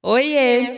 Oiê!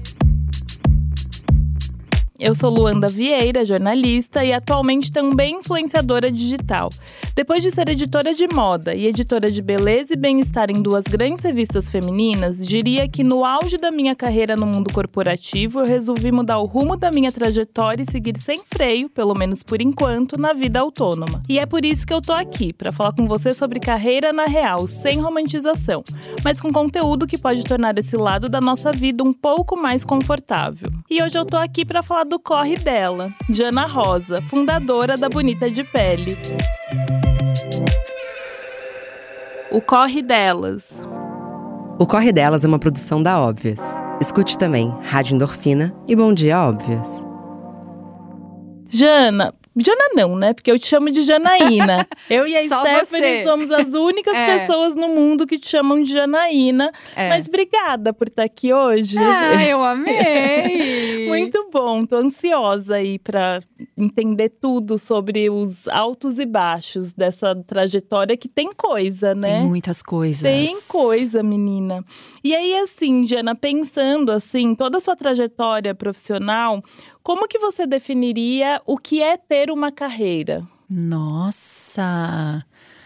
Eu sou Luanda Vieira, jornalista e atualmente também influenciadora digital. Depois de ser editora de moda e editora de beleza e bem-estar em duas grandes revistas femininas, diria que no auge da minha carreira no mundo corporativo, eu resolvi mudar o rumo da minha trajetória e seguir sem freio, pelo menos por enquanto, na vida autônoma. E é por isso que eu tô aqui, para falar com você sobre carreira na real, sem romantização, mas com conteúdo que pode tornar esse lado da nossa vida um pouco mais confortável. E hoje eu tô aqui para falar do corre dela, de Ana Rosa, fundadora da Bonita de Pele. O Corre Delas. O Corre Delas é uma produção da Óbvias. Escute também Rádio Endorfina e Bom Dia Óbvias. Jana não, né? Porque eu te chamo de Janaína. Eu e a Só Stephanie você. somos as únicas pessoas no mundo que te chamam de Janaína. Mas obrigada por estar aqui hoje. Eu amei! Muito bom, tô ansiosa aí pra entender tudo sobre os altos e baixos dessa trajetória que tem coisa, né? Tem muitas coisas. Tem coisa, menina. E aí, assim, Jana, pensando assim, toda a sua trajetória profissional, como que você definiria o que é ter uma carreira? Nossa!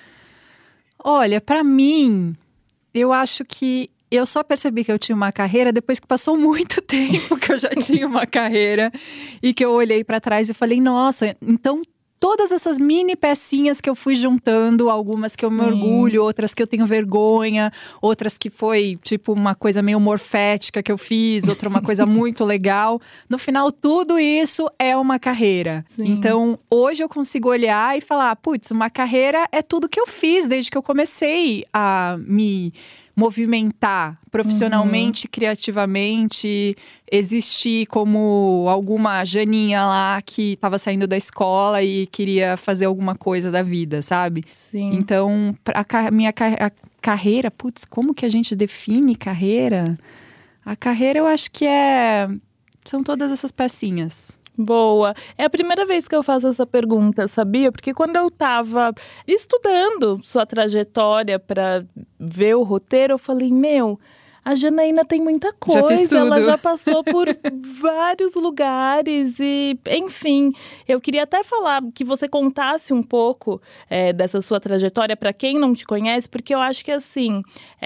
Olha, pra mim, eu acho que eu só percebi que eu tinha uma carreira depois que passou muito tempo que eu já tinha uma carreira e que eu olhei pra trás e falei, nossa, então todas essas mini pecinhas que eu fui juntando, algumas que eu me orgulho, outras que eu tenho vergonha, outras que foi tipo uma coisa meio morfética que eu fiz, outra uma coisa muito legal. No final, tudo isso é uma carreira. Sim. Então, hoje eu consigo olhar e falar, putz, uma carreira é tudo que eu fiz desde que eu comecei a me movimentar profissionalmente, criativamente, existir como alguma Janinha lá que estava saindo da escola e queria fazer alguma coisa da vida, sabe? Sim. Então, a carreira, putz, como que a gente define carreira? A carreira eu acho que são todas essas pecinhas. Boa. É a primeira vez que eu faço essa pergunta, sabia? Porque quando eu tava estudando sua trajetória para ver o roteiro, eu falei, a Janaína tem muita Já fiz coisa, tudo. ela já passou por vários lugares e, enfim, eu queria até falar que você contasse um pouco dessa sua trajetória para quem não te conhece, porque eu acho que, assim,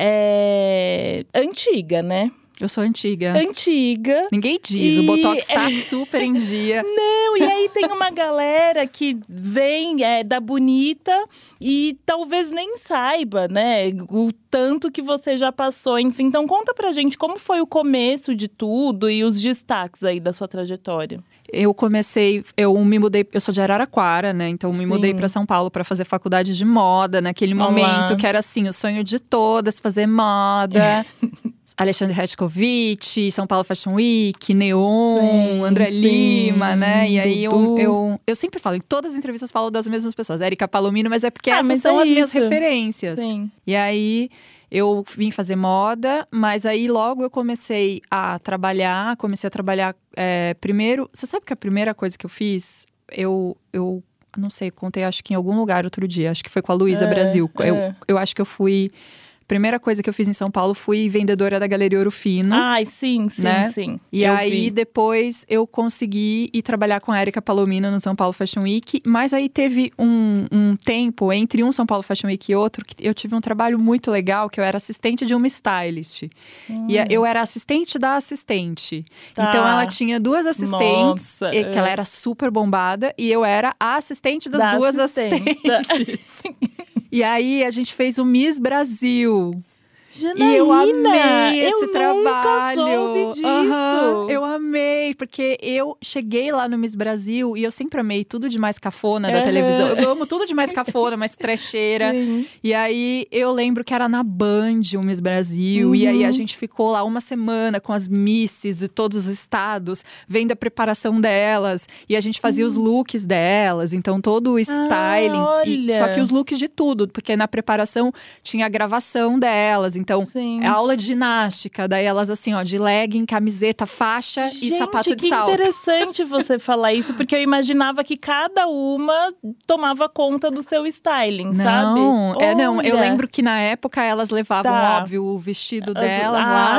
é antiga, né? Eu sou antiga. Antiga. Ninguém diz, o Botox tá super em dia. Não, e aí tem uma galera que vem da Bonita e talvez nem saiba, né, o tanto que você já passou, enfim. Então conta pra gente como foi o começo de tudo e os destaques aí da sua trajetória. Eu me mudei, eu sou de Araraquara, né? Então me mudei pra São Paulo pra fazer faculdade de moda, naquele momento que era assim, o sonho de todas, fazer moda. Alexandre Redkovich, São Paulo Fashion Week, Neon, André Lima, né? E aí eu sempre falo, em todas as entrevistas falo das mesmas pessoas. Érica Palomino, mas é porque essas são as minhas referências. Sim. E aí eu vim fazer moda, mas aí logo eu comecei a trabalhar. Primeiro, você sabe que a primeira coisa que eu fiz, eu não sei, contei acho que em algum lugar outro dia, acho que foi com a Luísa Brasil. Eu acho que eu fui… Primeira coisa que eu fiz em São Paulo, fui vendedora da Galeria Ouro Fino. Ai, sim. E aí, depois, eu consegui ir trabalhar com a Érica Palomino no São Paulo Fashion Week. Mas aí teve um tempo, entre um São Paulo Fashion Week e outro, que eu tive um trabalho muito legal, que eu era assistente de uma stylist. E eu era assistente da assistente. Tá. Então, ela tinha duas assistentes, Nossa, que ela era super bombada. E eu era a assistente das duas assistentes. E aí, a gente fez o Miss Brasil. Janaína, e eu amei esse trabalho. Nunca soube disso. Eu amei, porque eu cheguei lá no Miss Brasil e eu sempre amei tudo de mais cafona da televisão. Eu amo tudo de mais cafona, mais trecheira. Sim. E aí, eu lembro que era na Band o Miss Brasil. E aí, a gente ficou lá uma semana com as misses de todos os estados, vendo a preparação delas. E a gente fazia os looks delas. Então, todo o styling. Olha. Só que os looks de tudo, porque na preparação tinha a gravação delas. Então, Sim. é aula de ginástica. Daí elas assim, ó, de legging, camiseta, faixa e sapato loja de salto. Que interessante você falar isso, porque eu imaginava que cada uma tomava conta do seu styling, sabe? Não, eu lembro que na época elas levavam, óbvio, o vestido delas lá.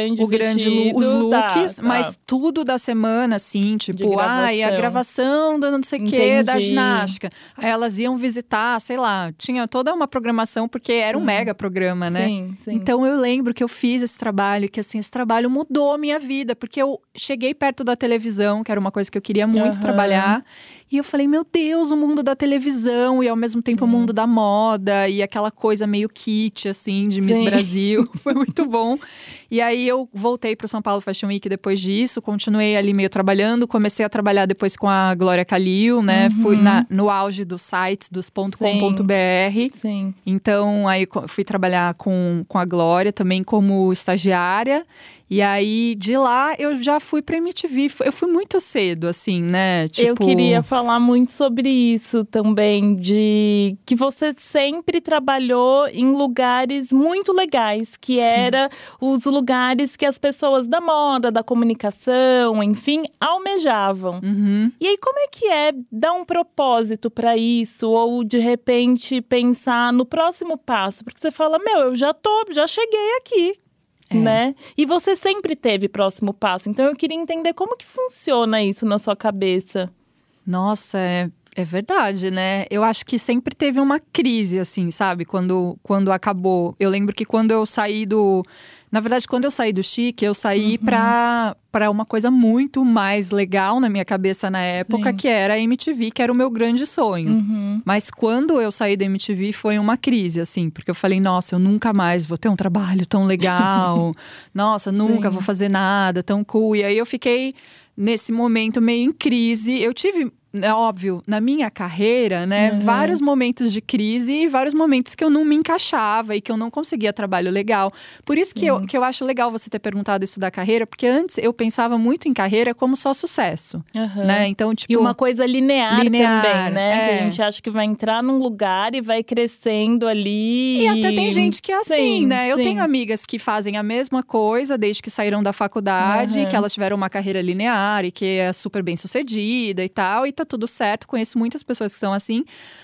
Os looks, mas tudo da semana, assim, tipo, a gravação da não sei o quê, da ginástica. Aí elas iam visitar, sei lá, tinha toda uma programação, porque era um mega programa, né? Sim. Então eu lembro que eu fiz esse trabalho, que assim, esse trabalho mudou a minha vida, porque eu cheguei perto da televisão, que era uma coisa que eu queria muito trabalhar, e eu falei, meu Deus, o mundo da televisão, e ao mesmo tempo o mundo da moda, e aquela coisa meio kit, assim, de Miss Brasil, foi muito bom. E aí eu voltei pro São Paulo Fashion Week depois disso, continuei ali meio trabalhando, comecei a trabalhar depois com a Glória Kalil, né? Fui no auge dos sites, dos .com.br. Sim. Então, aí fui trabalhar com a Glória também como estagiária. E aí, de lá, eu já fui pra MTV. Eu fui muito cedo, assim, né? Eu queria falar muito sobre isso também, de que você sempre trabalhou em lugares muito legais, que era os lugares que as pessoas da moda, da comunicação, enfim, almejavam. E aí, como é que é dar um propósito pra isso? Ou, de repente, pensar no próximo passo? Porque você fala, eu já cheguei aqui. Né? E você sempre teve próximo passo. Então eu queria entender como que funciona isso na sua cabeça. Nossa, é verdade, né? Eu acho que sempre teve uma crise, assim, sabe? Quando acabou. Eu lembro que quando eu saí do… Na verdade, quando eu saí do Chique, eu saí pra uma coisa muito mais legal na minha cabeça na época, que era a MTV, que era o meu grande sonho. Mas quando eu saí da MTV, foi uma crise, assim. Porque eu falei, nossa, eu nunca mais vou ter um trabalho tão legal. Nossa, nunca vou fazer nada tão cool. E aí eu fiquei nesse momento meio em crise. Eu tive… É óbvio, na minha carreira, né, vários momentos de crise e vários momentos que eu não me encaixava e que eu não conseguia trabalho legal. Por isso que eu acho legal você ter perguntado isso da carreira, porque antes eu pensava muito em carreira como só sucesso, né? Então, tipo… E uma coisa linear também, né? Que a gente acha que vai entrar num lugar e vai crescendo ali. E até tem gente que é assim, né? Eu tenho amigas que fazem a mesma coisa desde que saíram da faculdade, que elas tiveram uma carreira linear e que é super bem sucedida e tal, e tá tudo certo, conheço muitas pessoas que são assim.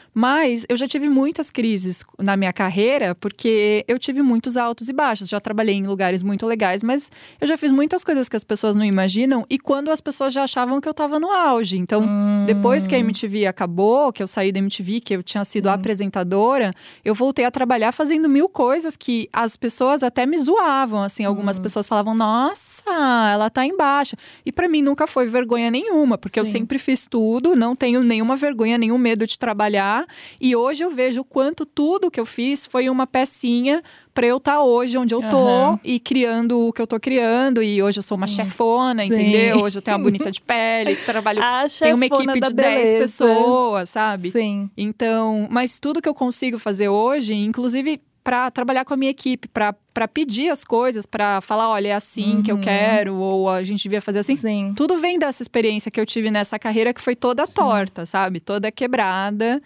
Mas eu já tive muitas crises na minha carreira, porque eu tive muitos altos e baixos. Já trabalhei em lugares muito legais, mas eu já fiz muitas coisas que as pessoas não imaginam. E quando as pessoas já achavam que eu tava no auge. Então, depois que a MTV acabou, que eu saí da MTV, que eu tinha sido apresentadora, eu voltei a trabalhar fazendo 1000 coisas que as pessoas até me zoavam. Assim, algumas pessoas falavam, nossa, ela tá em baixa. E pra mim nunca foi vergonha nenhuma, porque eu sempre fiz tudo, não tenho nenhuma vergonha, nenhum medo de trabalhar. E hoje eu vejo o quanto tudo que eu fiz foi uma pecinha pra eu estar hoje onde eu tô e criando o que eu tô criando. E hoje eu sou uma chefona, entendeu? Hoje eu tenho uma bonita de pele, trabalho, tenho uma equipe de 10 pessoas, sabe? Então, mas tudo que eu consigo fazer hoje, inclusive pra trabalhar com a minha equipe, pra pedir as coisas, pra falar, olha, é assim que eu quero, ou a gente devia fazer assim. Tudo vem dessa experiência que eu tive nessa carreira, que foi toda torta, sabe? Toda quebrada.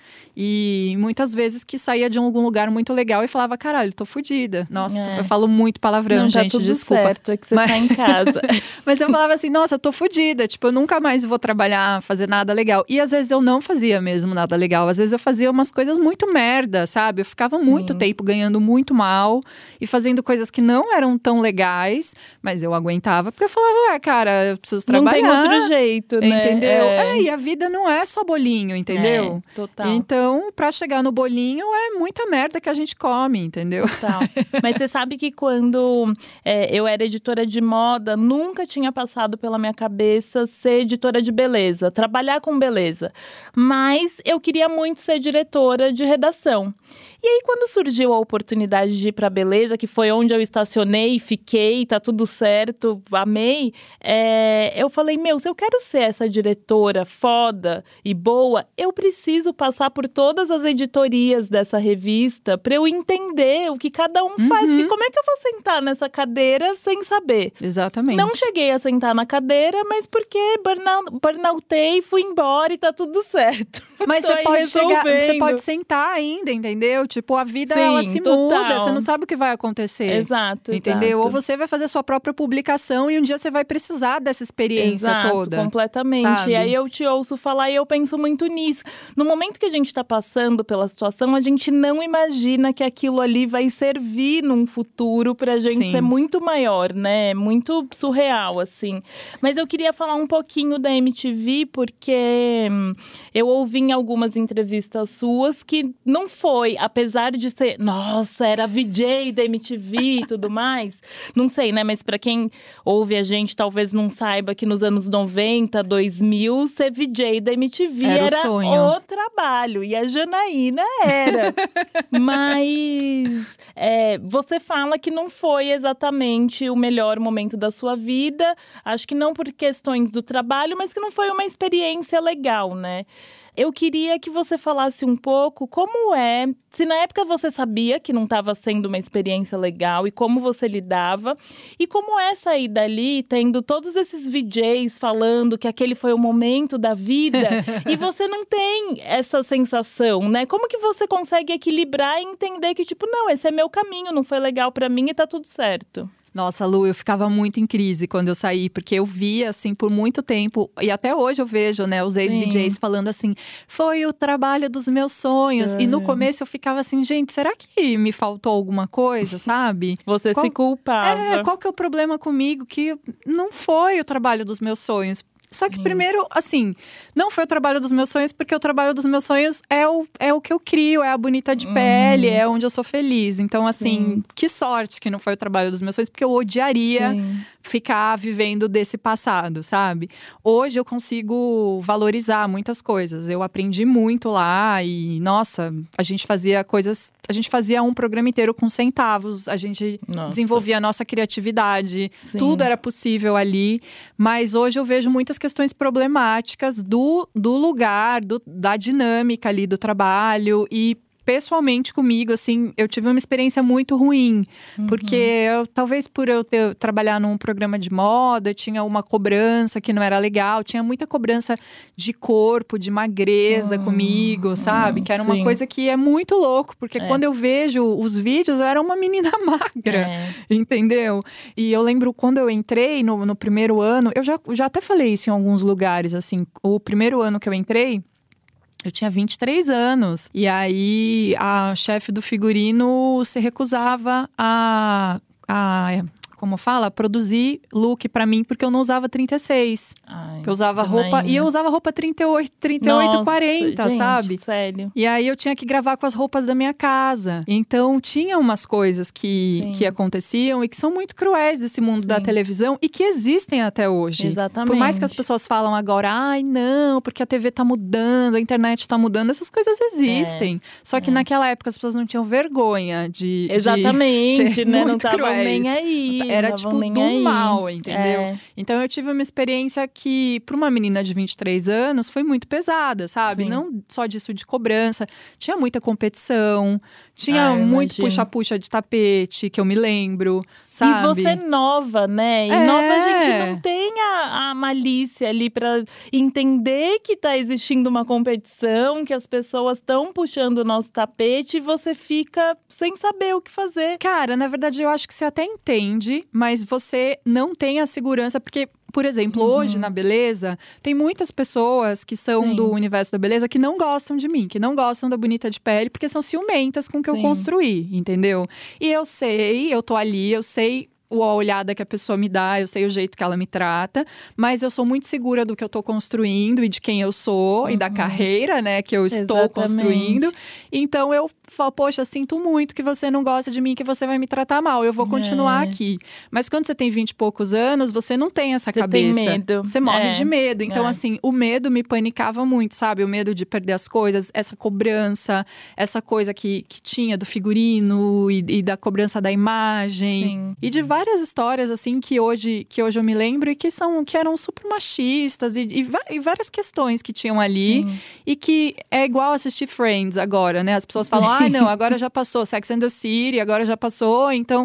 E muitas vezes que saía de algum lugar muito legal e falava, caralho, tô fodida. Nossa, eu falo muito palavrão, não, gente, tá tudo desculpa. Certo, é que você tá em casa. Mas eu falava assim, nossa, tô fodida. Tipo, eu nunca mais vou trabalhar, fazer nada legal. E às vezes eu não fazia mesmo nada legal. Às vezes eu fazia umas coisas muito merda, sabe? Eu ficava muito tempo ganhando muito mal e fazendo coisas que não eram tão legais, mas eu aguentava, porque eu falava, ué, cara, eu preciso trabalhar. Não tem outro jeito, né? Entendeu? E a vida não é só bolinho, entendeu? Total. Então, pra chegar no bolinho, é muita merda que a gente come, entendeu? Total. Mas você sabe que quando eu era editora de moda, nunca tinha passado pela minha cabeça ser editora de beleza, trabalhar com beleza. Mas eu queria muito ser diretora de redação. E aí, quando surgiu a oportunidade de ir pra beleza, que foi onde eu estacionei, fiquei, tá tudo certo, amei. Eu falei, se eu quero ser essa diretora foda e boa, eu preciso passar por todas as editorias dessa revista pra eu entender o que cada um faz. Porque como é que eu vou sentar nessa cadeira sem saber? Exatamente. Não cheguei a sentar na cadeira, mas porque burnoutei, fui embora e tá tudo certo. Mas você pode sentar ainda, entendeu? Tipo, a vida, ela se muda, você não sabe o que vai acontecer. você. Exato, entendeu? exato. Ou você vai fazer sua própria publicação e um dia você vai precisar dessa experiência Exato, toda. Completamente. Sabe? E aí eu te ouço falar e eu penso muito nisso. No momento que a gente tá passando pela situação, a gente não imagina que aquilo ali vai servir num futuro pra gente Sim. ser muito maior, né? Muito surreal, assim. Mas eu queria falar um pouquinho da MTV, porque eu ouvi em algumas entrevistas suas que não foi, apesar de ser, nossa, era VJ da MTV e tudo mais. Não sei, né? Mas pra quem ouve a gente, talvez não saiba que nos anos 90, 2000, ser VJ da MTV Era o sonho. o trabalho. E a Janaína era. Mas você fala que não foi exatamente o melhor momento da sua vida. Acho que não por questões do trabalho, mas que não foi uma experiência legal, né? Eu queria que você falasse um pouco como se na época você sabia que não estava sendo uma experiência legal e como você lidava, e como é sair dali tendo todos esses VJs falando que aquele foi o momento da vida e você não tem essa sensação, né? Como que você consegue equilibrar e entender que, tipo, não, esse é meu caminho, não foi legal pra mim e tá tudo certo? Nossa, Lu, eu ficava muito em crise quando eu saí, porque eu via, assim, por muito tempo, e até hoje eu vejo, né, os ex-VJs falando assim, foi o trabalho dos meus sonhos. E no começo eu ficava assim, gente, será que me faltou alguma coisa, sabe? Você se culpava. Qual que é o problema comigo? Que não foi o trabalho dos meus sonhos. Só que primeiro, assim, não foi o trabalho dos meus sonhos, porque o trabalho dos meus sonhos é o que eu crio, é a bonita de pele, é onde eu sou feliz. Então, assim, que sorte que não foi o trabalho dos meus sonhos, porque eu odiaria ficar vivendo desse passado, sabe? Hoje eu consigo valorizar muitas coisas. Eu aprendi muito lá e, nossa, a gente fazia um programa inteiro com centavos, a gente desenvolvia a nossa criatividade, tudo era possível ali. Mas hoje eu vejo muitas questões problemáticas do lugar, da dinâmica ali do trabalho e pessoalmente comigo, assim, eu tive uma experiência muito ruim. Porque talvez por eu trabalhar num programa de moda, tinha uma cobrança que não era legal. Tinha muita cobrança de corpo, de magreza comigo, sabe? Que era uma coisa que é muito louco. Porque quando eu vejo os vídeos, eu era uma menina magra, entendeu? E eu lembro quando eu entrei no primeiro ano, eu já até falei isso em alguns lugares, assim. O primeiro ano que eu entrei, eu tinha 23 anos. E aí, a chefe do figurino se recusava a como fala? Produzir look pra mim, porque eu não usava 36. Eu usava roupa… E eu usava roupa 38, 40, gente, sabe? Sério. E aí, eu tinha que gravar com as roupas da minha casa. Então, tinha umas coisas que aconteciam e que são muito cruéis desse mundo da televisão e que existem até hoje. Exatamente. Por mais que as pessoas falam agora, ai, não, porque a TV tá mudando, a internet tá mudando, essas coisas existem. Só que naquela época as pessoas não tinham vergonha de Exatamente, né? Não estavam cruéis. nem aí. Era tipo do mal, entendeu? Então eu tive uma experiência que, para uma menina de 23 anos, foi muito pesada, sabe? Não só disso de cobrança, tinha muita competição, tinha muito puxa-puxa de tapete, que eu me lembro, sabe? E você nova, né? E nova a gente não tem a malícia ali pra entender que tá existindo uma competição, que as pessoas estão puxando o nosso tapete e você fica sem saber o que fazer. Cara, na verdade eu acho que você até entende, mas você não tem a segurança, porque… Por exemplo, hoje na beleza, tem muitas pessoas que são do universo da beleza que não gostam de mim, que não gostam da bonita de pele, porque são ciumentas com o que eu construí, entendeu? E eu sei, eu tô ali, eu sei a olhada que a pessoa me dá, eu sei o jeito que ela me trata, mas eu sou muito segura do que eu tô construindo e de quem eu sou e da carreira, né, que eu estou construindo. Então eu falo, poxa, sinto muito que você não gosta de mim, que você vai me tratar mal, eu vou continuar aqui. Mas quando você tem 20 e poucos anos, você não tem essa cabeça. Tem medo. Você morre de medo. Então, assim, o medo me panicava muito, sabe? O medo de perder as coisas, essa cobrança, essa coisa que tinha do figurino e da cobrança da imagem. E de várias histórias, assim, que hoje eu me lembro e que eram super machistas e várias questões que tinham ali. E que é igual assistir Friends agora, né? As pessoas falam, não, agora já passou Sex and the City, agora já passou, então…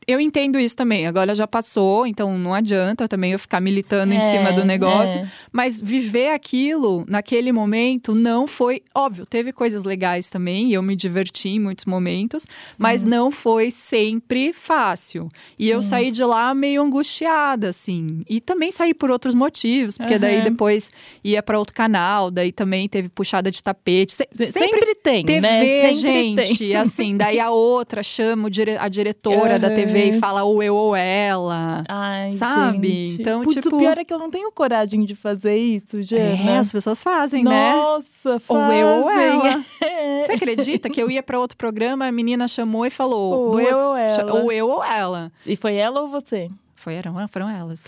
eu entendo isso também. Agora já passou, então não adianta também eu ficar militando em cima do negócio. Mas viver aquilo naquele momento não foi… Óbvio, teve coisas legais também. E eu me diverti em muitos momentos. Mas não foi sempre fácil. E eu saí de lá meio angustiada, assim. E também saí por outros motivos. Porque daí depois ia para outro canal. Daí também teve puxada de tapete. Sempre tem, TV, né? gente, tem. Assim. Daí a outra chama a diretora da TV e fala ou eu ou ela. Ai, sabe? Gente. Então, Putz, tipo… o pior é que eu não tenho coragem de fazer isso, Jana. As pessoas fazem, né? Nossa, fazem. Ou eu ou ela. Você acredita que eu ia pra outro programa, a menina chamou e falou… Ou eu ou ela. Ou eu ou ela. E foi ela ou você? Foram elas.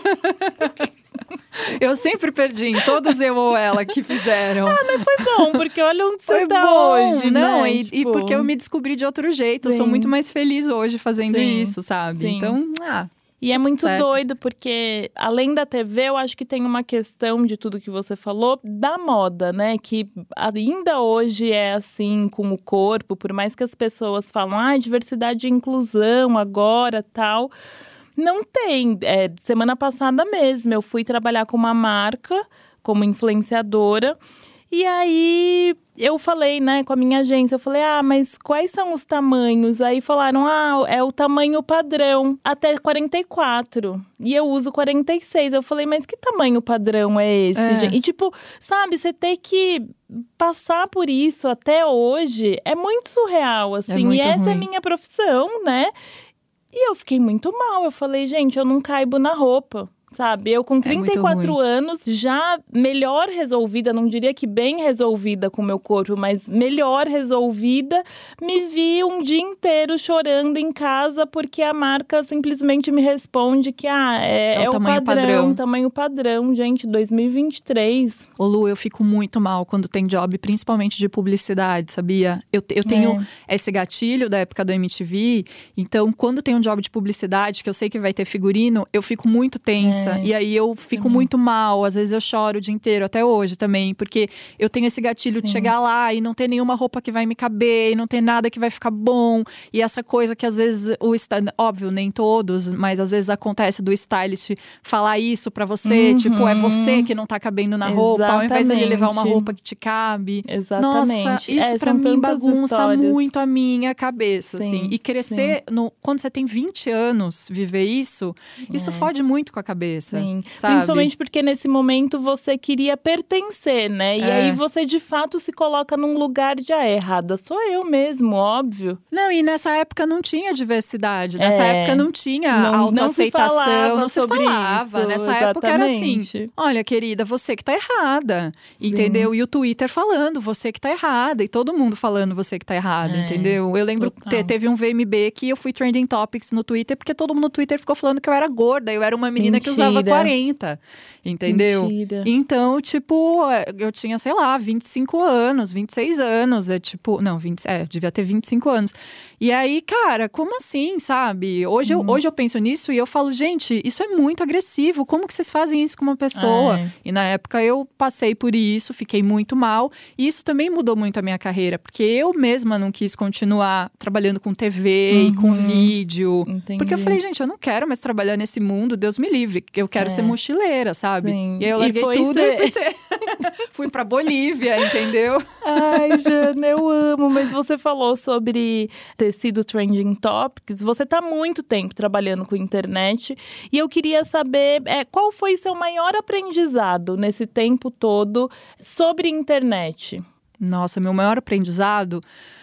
Eu sempre perdi em todos eu ou ela que fizeram. Mas foi bom, porque olha onde você Foi tá bom, hoje, não, né? e porque eu me descobri de outro jeito. Eu sou muito mais feliz hoje fazendo isso, sabe? Sim. Então, E é muito certo. doido, porque além da TV, eu acho que tem uma questão de tudo que você falou, da moda, né? Que ainda hoje é assim com o corpo, por mais que as pessoas falam, diversidade e inclusão agora, tal… Não tem. Semana passada mesmo, eu fui trabalhar com uma marca, como influenciadora. E aí, eu falei, né, com a minha agência, eu falei, mas quais são os tamanhos? Aí falaram, é o tamanho padrão, até 44. E eu uso 46. Eu falei, mas que tamanho padrão é esse, gente? E tipo, sabe, você ter que passar por isso até hoje é muito surreal, assim. muito e essa ruim. é a minha profissão, né? E eu fiquei muito mal. Eu falei, gente, eu não caibo na roupa. Sabe, eu com 34 anos, já melhor resolvida, não diria que bem resolvida com o meu corpo, mas melhor resolvida, me vi um dia inteiro chorando em casa porque a marca simplesmente me responde que é o padrão, tamanho padrão, gente, 2023. Ô Lu, eu fico muito mal quando tem job, principalmente de publicidade, sabia? Eu tenho esse gatilho da época do MTV, então quando tem um job de publicidade, que eu sei que vai ter figurino, eu fico muito tensa. E aí eu fico muito mal, às vezes eu choro o dia inteiro, até hoje também, porque eu tenho esse gatilho de chegar lá e não ter nenhuma roupa que vai me caber, e não ter nada que vai ficar bom. E essa coisa que às vezes óbvio, nem todos, mas às vezes acontece do stylist falar isso pra você, tipo, é você que não tá cabendo na roupa, ao invés dele levar uma roupa que te cabe. Exatamente. Nossa, isso pra mim bagunça histórias. Muito a minha cabeça, assim. E crescer, quando você tem 20 anos, viver isso fode muito com a cabeça. Sim, sabe? Principalmente porque nesse momento você queria pertencer, né? E aí você de fato se coloca num lugar de errada. Sou eu mesmo, óbvio. Não, e nessa época não tinha diversidade. Nessa época não tinha autoaceitação. Não se falava. Nessa exatamente. época era assim, olha querida, você que tá errada. Entendeu? E o Twitter falando, você que tá errada. E todo mundo falando, você que tá errada, entendeu? Eu lembro que teve um VMB que eu fui trending topics no Twitter, porque todo mundo no Twitter ficou falando que eu era gorda. Eu era uma menina que usava 40, entendeu? Mentira. Então, tipo, eu tinha, sei lá, 25 anos, 26 anos, devia ter 25 anos. E aí, cara, como assim, sabe? Hoje eu penso nisso e eu falo, gente, isso é muito agressivo, como que vocês fazem isso com uma pessoa? E na época eu passei por isso, fiquei muito mal, e isso também mudou muito a minha carreira, porque eu mesma não quis continuar trabalhando com TV e com vídeo. Entendi. Porque eu falei, gente, eu não quero mais trabalhar nesse mundo, Deus me livre, que eu quero ser mochileira, sabe? Sim. E aí eu larguei tudo e fui pra Bolívia, entendeu? Ai, Jana, eu amo. Mas você falou sobre ter sido trending topics. Você tá há muito tempo trabalhando com internet. E eu queria saber qual foi seu maior aprendizado nesse tempo todo sobre internet? Nossa, meu maior aprendizado…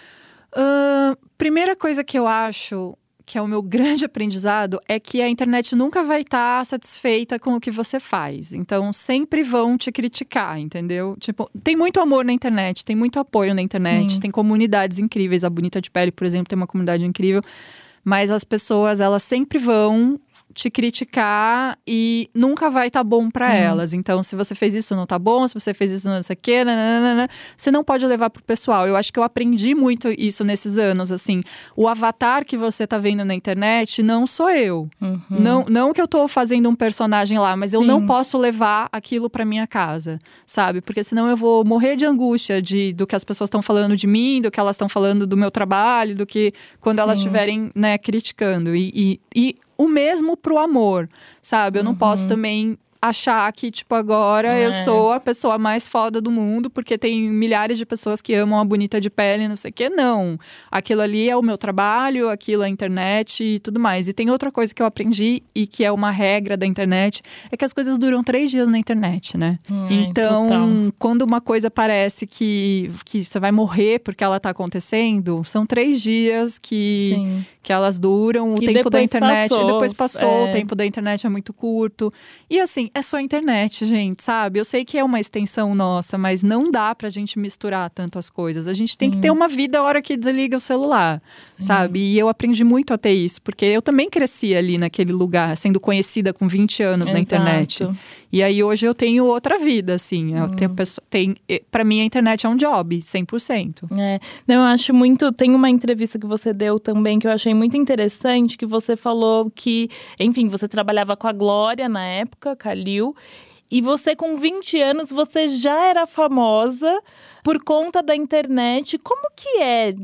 primeira coisa que eu acho… que é o meu grande aprendizado, é que a internet nunca vai estar satisfeita com o que você faz. Então, sempre vão te criticar, entendeu? Tipo, tem muito amor na internet, tem muito apoio na internet, tem comunidades incríveis. A Bonita de Pele, por exemplo, tem uma comunidade incrível. Mas as pessoas, elas sempre vão te criticar e nunca vai estar bom para elas. Então, se você fez isso, não tá bom. Se você fez isso, não sei o quê, nananana, você não pode levar pro pessoal. Eu acho que eu aprendi muito isso nesses anos, assim. O avatar que você tá vendo na internet não sou eu. Não que eu tô fazendo um personagem lá, mas eu não posso levar aquilo pra minha casa, sabe? Porque senão eu vou morrer de angústia do que as pessoas estão falando de mim, do que elas estão falando do meu trabalho, do que quando elas estiverem, né, criticando. E o mesmo pro amor, sabe? Eu não posso também achar que, tipo, agora eu sou a pessoa mais foda do mundo porque tem milhares de pessoas que amam a Bonita de Pele, não sei o quê. Não. Aquilo ali é o meu trabalho, aquilo é a internet e tudo mais. E tem outra coisa que eu aprendi e que é uma regra da internet, é que as coisas duram 3 dias na internet, né? Então, quando uma coisa parece que você vai morrer porque ela tá acontecendo, são 3 dias que elas duram, o tempo da internet passou. E depois passou, o tempo da internet é muito curto. E assim, é só a internet, gente, sabe? Eu sei que é uma extensão nossa, mas não dá pra gente misturar tanto as coisas. A gente tem que ter uma vida a hora que desliga o celular, sabe? E eu aprendi muito a ter isso, porque eu também cresci ali naquele lugar, sendo conhecida com 20 anos na internet. E aí hoje eu tenho outra vida, assim. Eu tenho pra mim a internet é um job, 100%. Não, eu acho muito… Tem uma entrevista que você deu também que eu achei muito interessante, que você falou que, enfim, você trabalhava com a Glória na época, Kalil, e você com 20 anos, você já era famosa por conta da internet. Como que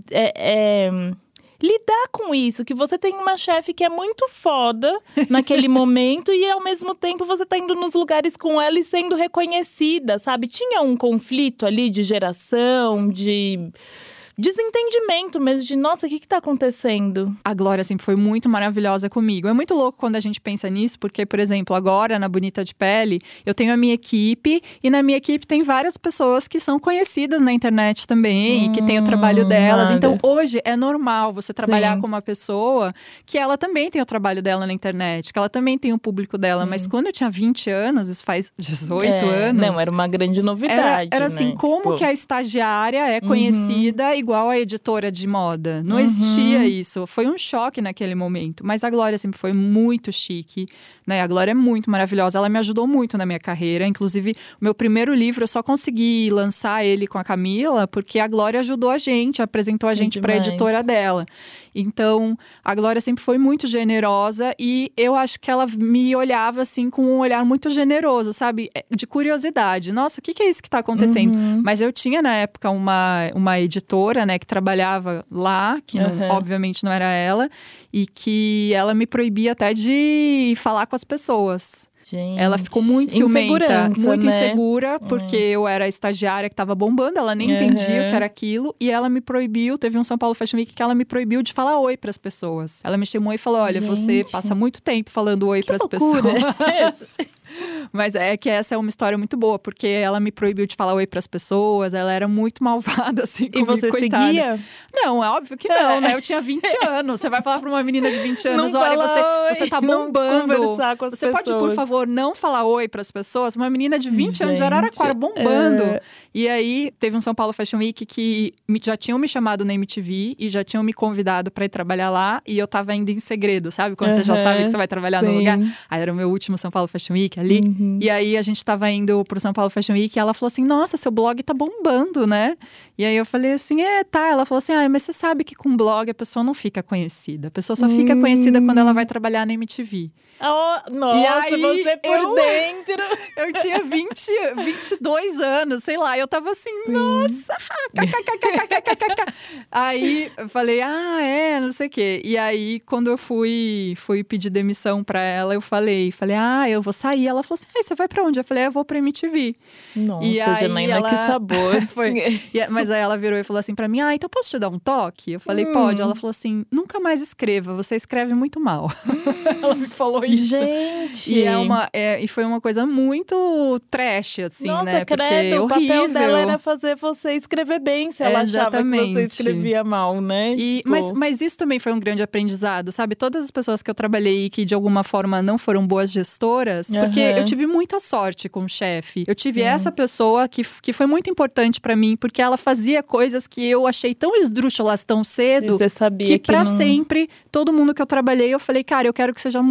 lidar com isso, que você tem uma chefe que é muito foda naquele momento e ao mesmo tempo você tá indo nos lugares com ela e sendo reconhecida, sabe? Tinha um conflito ali de geração, de desentendimento mesmo, de nossa, o que tá acontecendo? A Glória sempre foi muito maravilhosa comigo. É muito louco quando a gente pensa nisso, porque, por exemplo, agora na Bonita de Pele, eu tenho a minha equipe e na minha equipe tem várias pessoas que são conhecidas na internet também, e que tem o trabalho delas. Então, hoje é normal você trabalhar com uma pessoa que ela também tem o trabalho dela na internet, que ela também tem o público dela. Mas quando eu tinha 20 anos, isso faz 18 anos… Não, era uma grande novidade, Era assim, né? como que a estagiária é conhecida igual a editora de moda. Não existia isso. Foi um choque naquele momento. Mas a Glória sempre foi muito chique, né? A Glória é muito maravilhosa. Ela me ajudou muito na minha carreira. Inclusive, o meu primeiro livro, eu só consegui lançar ele com a Camila porque a Glória ajudou a gente, apresentou a gente para a editora dela. Então, a Glória sempre foi muito generosa e eu acho que ela me olhava assim com um olhar muito generoso, sabe? De curiosidade. Nossa, o que é isso que está acontecendo? Mas eu tinha na época uma editora, né, que trabalhava lá, que obviamente não era ela, e que ela me proibia até de falar com as pessoas. Gente, ela ficou muito ciumenta, muito né? insegura, porque eu era a estagiária que estava bombando, ela nem entendia o que era aquilo, e ela me proibiu, teve um São Paulo Fashion Week que ela me proibiu de falar oi para as pessoas. Ela me chamou e falou, olha, você passa muito tempo falando oi para as pessoas. Mas é que essa é uma história muito boa, porque ela me proibiu de falar oi pras pessoas, ela era muito malvada, assim, comigo, e você coitada. seguia? Não, é óbvio que não, né? Eu tinha 20 anos. Você vai falar pra uma menina de 20 anos, olha, você tá bombando. Conversar com as você pessoas. Pode, por favor, não falar oi pras pessoas? Uma menina de 20 anos de Araraquara bombando. E aí, teve um São Paulo Fashion Week que já tinham me chamado na MTV e já tinham me convidado pra ir trabalhar lá. E eu tava indo em segredo, sabe? Quando você já sabe que você vai trabalhar no lugar. Aí era o meu último São Paulo Fashion Week ali. E aí a gente tava indo pro São Paulo Fashion Week e ela falou assim, nossa, seu blog tá bombando, né? E aí eu falei assim, tá. Ela falou assim, mas você sabe que com blog a pessoa não fica conhecida. A pessoa só fica conhecida quando ela vai trabalhar na MTV. Oh, nossa, aí, você por dentro. Eu tinha 22 anos, sei lá. Eu tava assim, nossa. Aí eu falei, não sei o quê. E aí, quando eu fui pedir demissão pra ela, eu falei, eu vou sair. Ela falou assim, você vai pra onde? Eu falei, eu vou pra MTV. Nossa, e aí Janaína, que sabor. Mas aí ela virou e falou assim pra mim, então posso te dar um toque? Eu falei, pode. Ela falou assim, nunca mais escreva, você escreve muito mal. Ela me falou isso. Gente! E foi uma coisa muito trash, assim, nossa, né? Credo, porque o papel horrível. dela era fazer você escrever bem, se ela achava que você escrevia mal, né? Mas isso também foi um grande aprendizado, sabe? Todas as pessoas que eu trabalhei que de alguma forma não foram boas gestoras, porque eu tive muita sorte com o chefe. Eu tive essa pessoa que foi muito importante pra mim, porque ela fazia coisas que eu achei tão esdrúxulas tão cedo, você sabia que pra sempre, todo mundo que eu trabalhei, eu falei, cara, eu quero que seja muito legal.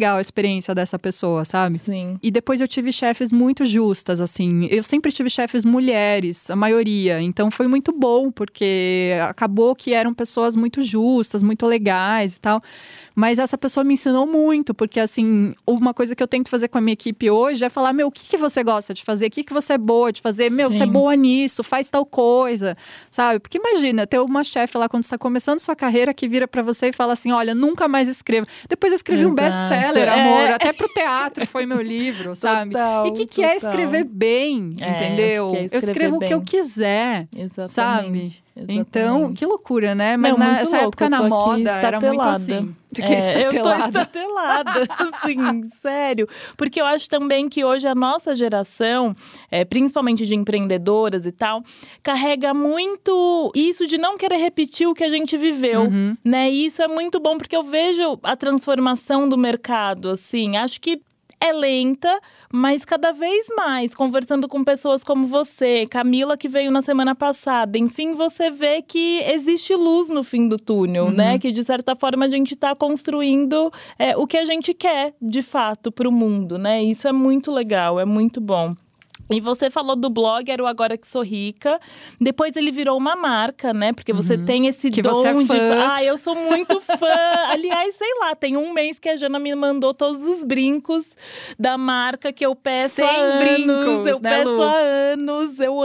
legal a experiência dessa pessoa, sabe? Sim. E depois eu tive chefes muito justas, assim. Eu sempre tive chefes mulheres, a maioria. Então foi muito bom, porque acabou que eram pessoas muito justas, muito legais e tal. Mas essa pessoa me ensinou muito, porque assim, uma coisa que eu tento fazer com a minha equipe hoje é falar, o que você gosta de fazer? O que você é boa de fazer? Você é boa nisso, faz tal coisa, sabe? Porque imagina, ter uma chefe lá quando você está começando sua carreira que vira pra você e fala assim, olha, nunca mais escreva. Depois eu escrevi um best-seller, amor, até pro teatro foi meu livro, sabe? Total, e o que é escrever bem, entendeu? Eu escrevo o que eu quiser, sabe? Então, que loucura, né? Mas nessa época na moda era muito assim. Eu tô estatelada, assim, sério. Porque eu acho também que hoje a nossa geração, principalmente de empreendedoras e tal, carrega muito isso de não querer repetir o que a gente viveu, né? E isso é muito bom, porque eu vejo a transformação do mercado, assim. Acho que é lenta, mas cada vez mais, conversando com pessoas como você, Camila, que veio na semana passada. Enfim, você vê que existe luz no fim do túnel, né? Que, de certa forma, a gente está construindo o que a gente quer, de fato, para o mundo, né? Isso é muito legal, é muito bom. E você falou do blog, era o Agora Que Sou Rica. Depois ele virou uma marca, né? Porque você tem esse que dom você é fã. eu sou muito fã. Aliás, sei lá, tem um mês que a Jana me mandou todos os brincos da marca que eu peço há anos. Brincos, eu né, peço Lu? há anos. Eu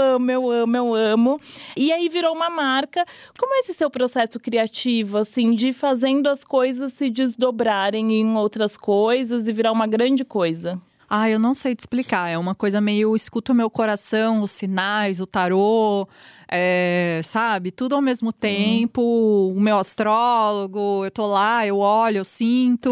amo. E aí virou uma marca. Como é esse seu processo criativo, assim, de fazendo as coisas se desdobrarem em outras coisas e virar uma grande coisa? Eu não sei te explicar. É uma coisa meio escuto o meu coração, os sinais, o tarô, sabe? Tudo ao mesmo tempo. O meu astrólogo, eu tô lá, eu olho, eu sinto.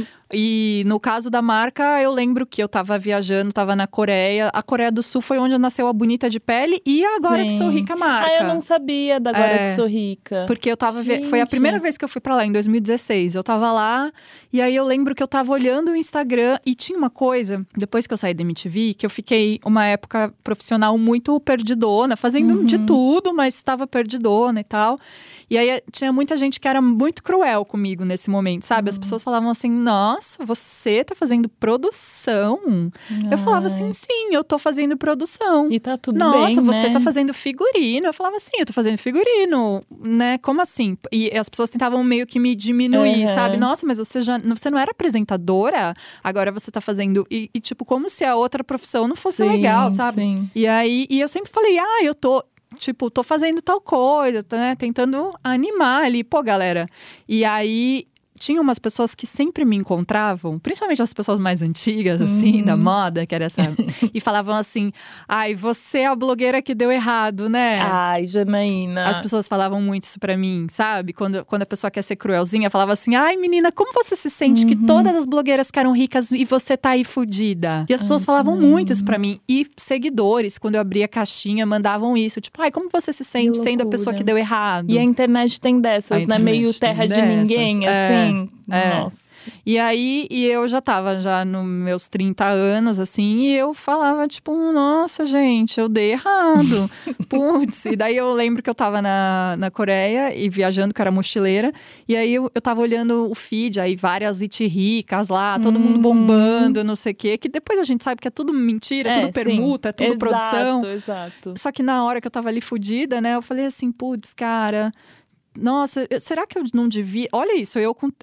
E no caso da marca, eu lembro que eu tava viajando, tava na Coreia. A Coreia do Sul foi onde nasceu a Bonita de Pele e a Agora Que Sou Rica marca. Eu não sabia da Agora Que Sou Rica. Porque eu tava… Foi a primeira vez que eu fui pra lá, em 2016. Eu tava lá, e aí eu lembro que eu tava olhando o Instagram e tinha uma coisa, depois que eu saí da MTV, que eu fiquei uma época profissional muito perdidona, fazendo de tudo, mas estava perdidona e tal. E aí tinha muita gente que era muito cruel comigo nesse momento, sabe? As pessoas falavam assim, nossa, você tá fazendo produção? Eu falava assim, sim, eu tô fazendo produção. E tá tudo nossa, bem, você né? tá fazendo figurino. Eu falava assim, eu tô fazendo figurino, né? Como assim? E as pessoas tentavam meio que me diminuir, sabe? Nossa, mas você não era apresentadora? Agora você tá fazendo… E tipo, como se a outra profissão não fosse legal, sabe? Sim. E aí, eu sempre falei, eu tô… Tipo, tô fazendo tal coisa, né? Tentando animar ali. Pô, galera. E aí… Tinha umas pessoas que sempre me encontravam, principalmente as pessoas mais antigas, assim, da moda, que era essa… e falavam assim, você é a blogueira que deu errado, né? Ai, Janaína. As pessoas falavam muito isso pra mim, sabe? Quando a pessoa quer ser cruelzinha, falava assim, menina, como você se sente que todas as blogueiras ficaram ricas e você tá aí fudida? E as pessoas falavam muito isso pra mim. E seguidores, quando eu abria a caixinha, mandavam isso. Tipo, como você se sente sendo a pessoa que deu errado? E a internet tem dessas, né? Meio terra de ninguém, assim. Nossa. E aí, eu já tava nos meus 30 anos, assim, e eu falava, tipo, nossa, gente, eu dei errado. Putz, e daí eu lembro que eu tava na Coreia e viajando, que eu era mochileira, e aí eu tava olhando o feed, aí várias it ricas lá, todo mundo bombando, não sei o quê, que depois a gente sabe que é tudo mentira, é tudo permuta, é tudo produção. Exato. Só que na hora que eu tava ali fudida, né, eu falei assim, putz, cara… Nossa, será que eu não devia… Olha isso, eu com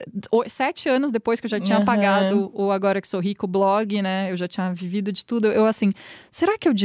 7 anos depois que eu já tinha apagado o Agora Que Sou Rico, o blog, né? Eu já tinha vivido de tudo. Eu assim, será que eu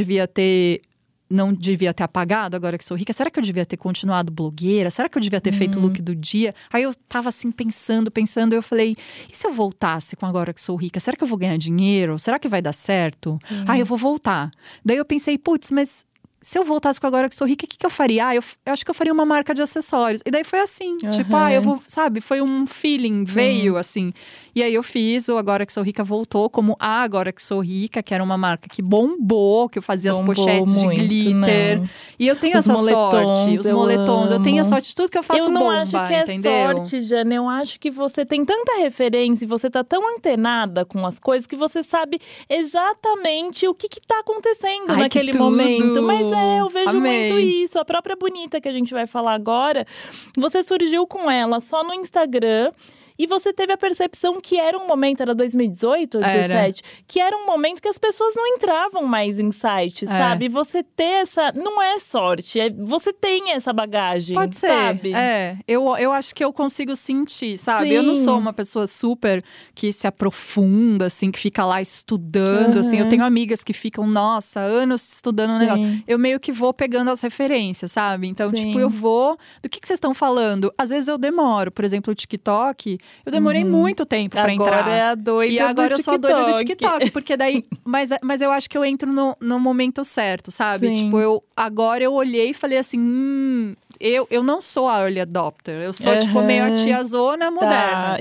não devia ter apagado Agora Que Sou Rica? Será que eu devia ter continuado blogueira? Será que eu devia ter feito o look do dia? Aí eu tava assim, pensando, eu falei, e se eu voltasse com Agora Que Sou Rica? Será que eu vou ganhar dinheiro? Será que vai dar certo? Eu vou voltar. Daí eu pensei, putz, mas… Se eu voltasse com Agora Que Sou Rica, o que eu faria? Eu acho que eu faria uma marca de acessórios. E daí foi assim, tipo, eu vou, sabe? Foi um feeling, veio assim. E aí eu fiz, o Agora Que Sou Rica voltou como a Agora Que Sou Rica, que era uma marca que bombou, que eu fazia as pochetes muito, de glitter. Né? E eu tenho essa sorte, os moletons. Eu tenho a sorte de tudo que eu faço bomba, entendeu? Eu não acho que é sorte, Jana. Eu acho que você tem tanta referência e você tá tão antenada com as coisas que você sabe exatamente o que tá acontecendo naquele momento. Mas eu vejo muito isso. A própria Bonita, que a gente vai falar agora, você surgiu com ela só no Instagram. E você teve a percepção que era um momento, era 2018 ou 2017? Que era um momento que as pessoas não entravam mais em site, sabe? E você ter essa… Não é sorte, você tem essa bagagem, pode ser, sabe? Eu acho que eu consigo sentir, sabe? Sim. Eu não sou uma pessoa super que se aprofunda, assim, que fica lá estudando, assim. Eu tenho amigas que ficam, nossa, anos estudando um negócio. Eu meio que vou pegando as referências, sabe? Então, tipo, eu vou… Do que vocês estão falando? Às vezes eu demoro. Por exemplo, o TikTok, eu demorei muito tempo pra entrar. Agora é a doida E agora do eu sou a doida do TikTok. Porque daí… Mas eu acho que eu entro no momento certo, sabe? Sim. Tipo, agora eu olhei e falei assim… Eu não sou a early adopter. Eu sou, tipo, meio a tiazona moderna.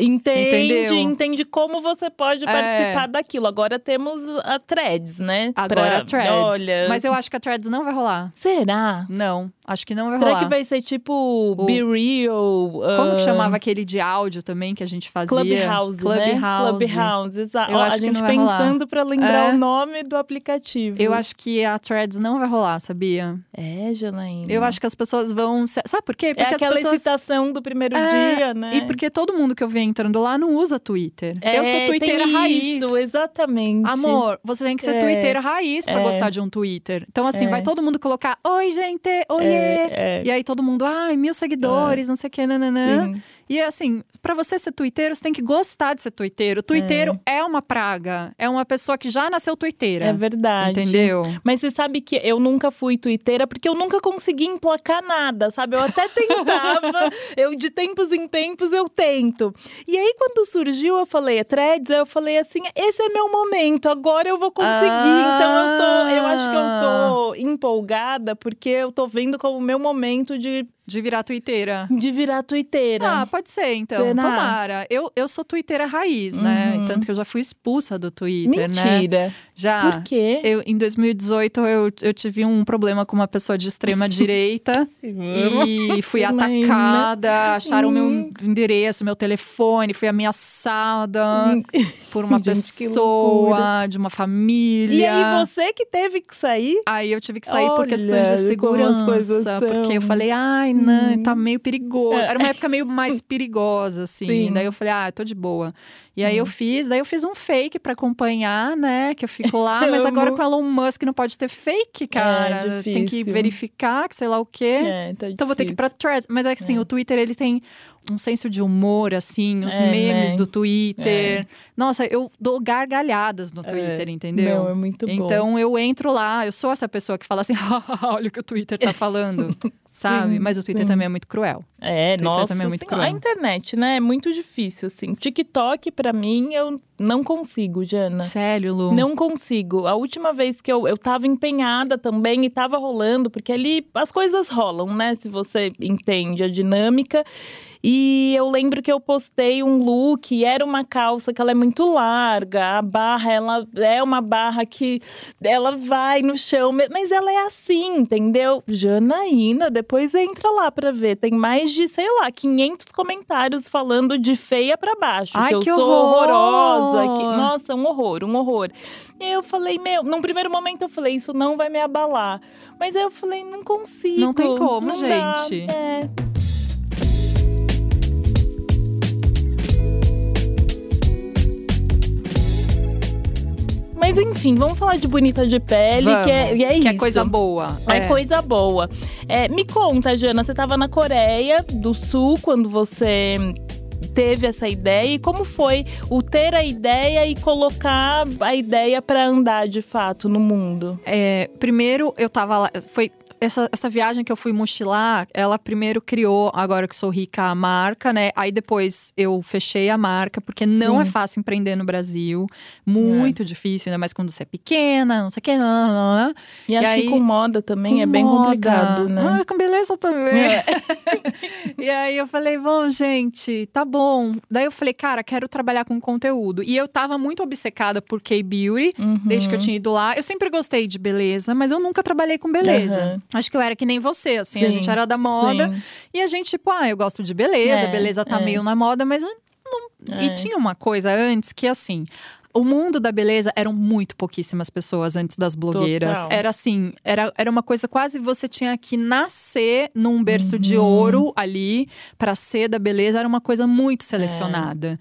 Entende como você pode participar daquilo. Agora temos a Threads, né? Agora a Threads. Olha… Mas eu acho que a Threads não vai rolar. Será? Não, acho que não vai Será rolar. que vai ser tipo Be Real? Como que chamava aquele de áudio também que a gente fazia? Clubhouse, né? Clubhouse, exato. Eu acho a gente que não vai pensando rolar. pra lembrar o nome do aplicativo. Eu acho que a Threads não vai rolar, sabia? Janaína. Eu acho que as pessoas vão… Sabe por quê? Porque aquela as pessoas… excitação do primeiro dia, né? E porque todo mundo que eu vi entrando lá não usa Twitter. Eu sou twitteira raiz. Isso, exatamente. Amor, você tem que ser twitteira raiz pra gostar de um Twitter. Então, assim, vai todo mundo colocar oi, gente, oiê. E aí todo mundo, 1000 seguidores, não sei o que, nananã. Sim. E assim, pra você ser twitteiro, você tem que gostar de ser twitteiro. O twitteiro é uma praga. É uma pessoa que já nasceu twitteira. É verdade. Entendeu? Mas você sabe que eu nunca fui twitteira porque eu nunca consegui emplacar nada, sabe? Eu até tentava, de tempos em tempos eu tento. E aí quando surgiu, eu falei, Threads, eu falei assim, esse é meu momento, agora eu vou conseguir. Então eu acho que eu tô empolgada porque eu tô vendo como meu momento de virar twitteira. De virar twitteira. Pode ser, então. Será? Tomara. Eu sou twitteira raiz, né? Tanto que eu já fui expulsa do Twitter, Mentira. né? Já. Por quê? Em 2018, eu tive um problema com uma pessoa de extrema direita. E fui atacada. Acharam meu endereço, meu telefone. Fui ameaçada por uma pessoa, de uma família. E aí, você que teve que sair? Aí eu tive que sair por questões de segurança. Porque eu falei, não, tá meio perigoso. Era uma época meio mais perigosa, assim. Sim. Daí eu falei, tô de boa. E aí eu fiz um fake pra acompanhar, né? Que eu fico lá, mas agora com o Elon Musk não pode ter fake, cara. Tem que verificar, que sei lá o quê. Então vou ter que ir pra Threads. Mas é que assim, o Twitter, ele tem um senso de humor, assim, os memes do Twitter. Nossa, eu dou gargalhadas no Twitter, entendeu? Não, é muito bom. Então eu entro lá, eu sou essa pessoa que fala assim, olha o que o Twitter tá falando. Sabe? Mas o Twitter também é muito cruel. Nossa, também é muito cruel. A internet, né, é muito difícil, assim. TikTok, pra mim, eu não consigo, Jana. Sério, Lu? Não consigo. A última vez que eu tava empenhada também e tava rolando, porque ali as coisas rolam, né, se você entende a dinâmica. E eu lembro que eu postei um look, e era uma calça que ela é muito larga. A barra, ela é uma barra que ela vai no chão, mas ela é assim, entendeu? Janaína, depois entra lá pra ver. Tem mais de, sei lá, 500 comentários falando de feia pra baixo. Ai, que eu sou horrorosa. Nossa, um horror, um horror. E aí eu falei, num primeiro momento eu falei, isso não vai me abalar. Mas aí eu falei, não consigo. Não tem como, não gente. Dá, Mas enfim, vamos falar de Bonita de Pele, que é isso. Que é coisa boa. É coisa boa. Me conta, Jana, você estava na Coreia do Sul quando você teve essa ideia. E como foi o ter a ideia e colocar a ideia para andar de fato no mundo? Primeiro, eu tava lá… Essa viagem que eu fui mochilar, ela primeiro criou, agora que sou rica, a marca, né? Aí depois eu fechei a marca, porque não é fácil empreender no Brasil. Muito difícil, ainda mais quando você é pequena, não sei o que. E acho que com moda também é bem complicado, né? Com beleza também. E aí eu falei, bom, gente, tá bom. Daí eu falei, cara, quero trabalhar com conteúdo. E eu tava muito obcecada por K-Beauty, desde que eu tinha ido lá. Eu sempre gostei de beleza, mas eu nunca trabalhei com beleza. Acho que eu era que nem você, assim, a gente era da moda. E a gente, tipo, eu gosto de beleza, beleza tá meio na moda, mas não. E tinha uma coisa antes que, assim, O mundo da beleza eram muito pouquíssimas pessoas antes das blogueiras. Total. Era assim, era uma coisa quase você tinha que nascer num berço de ouro ali pra ser da beleza. Era uma coisa muito selecionada.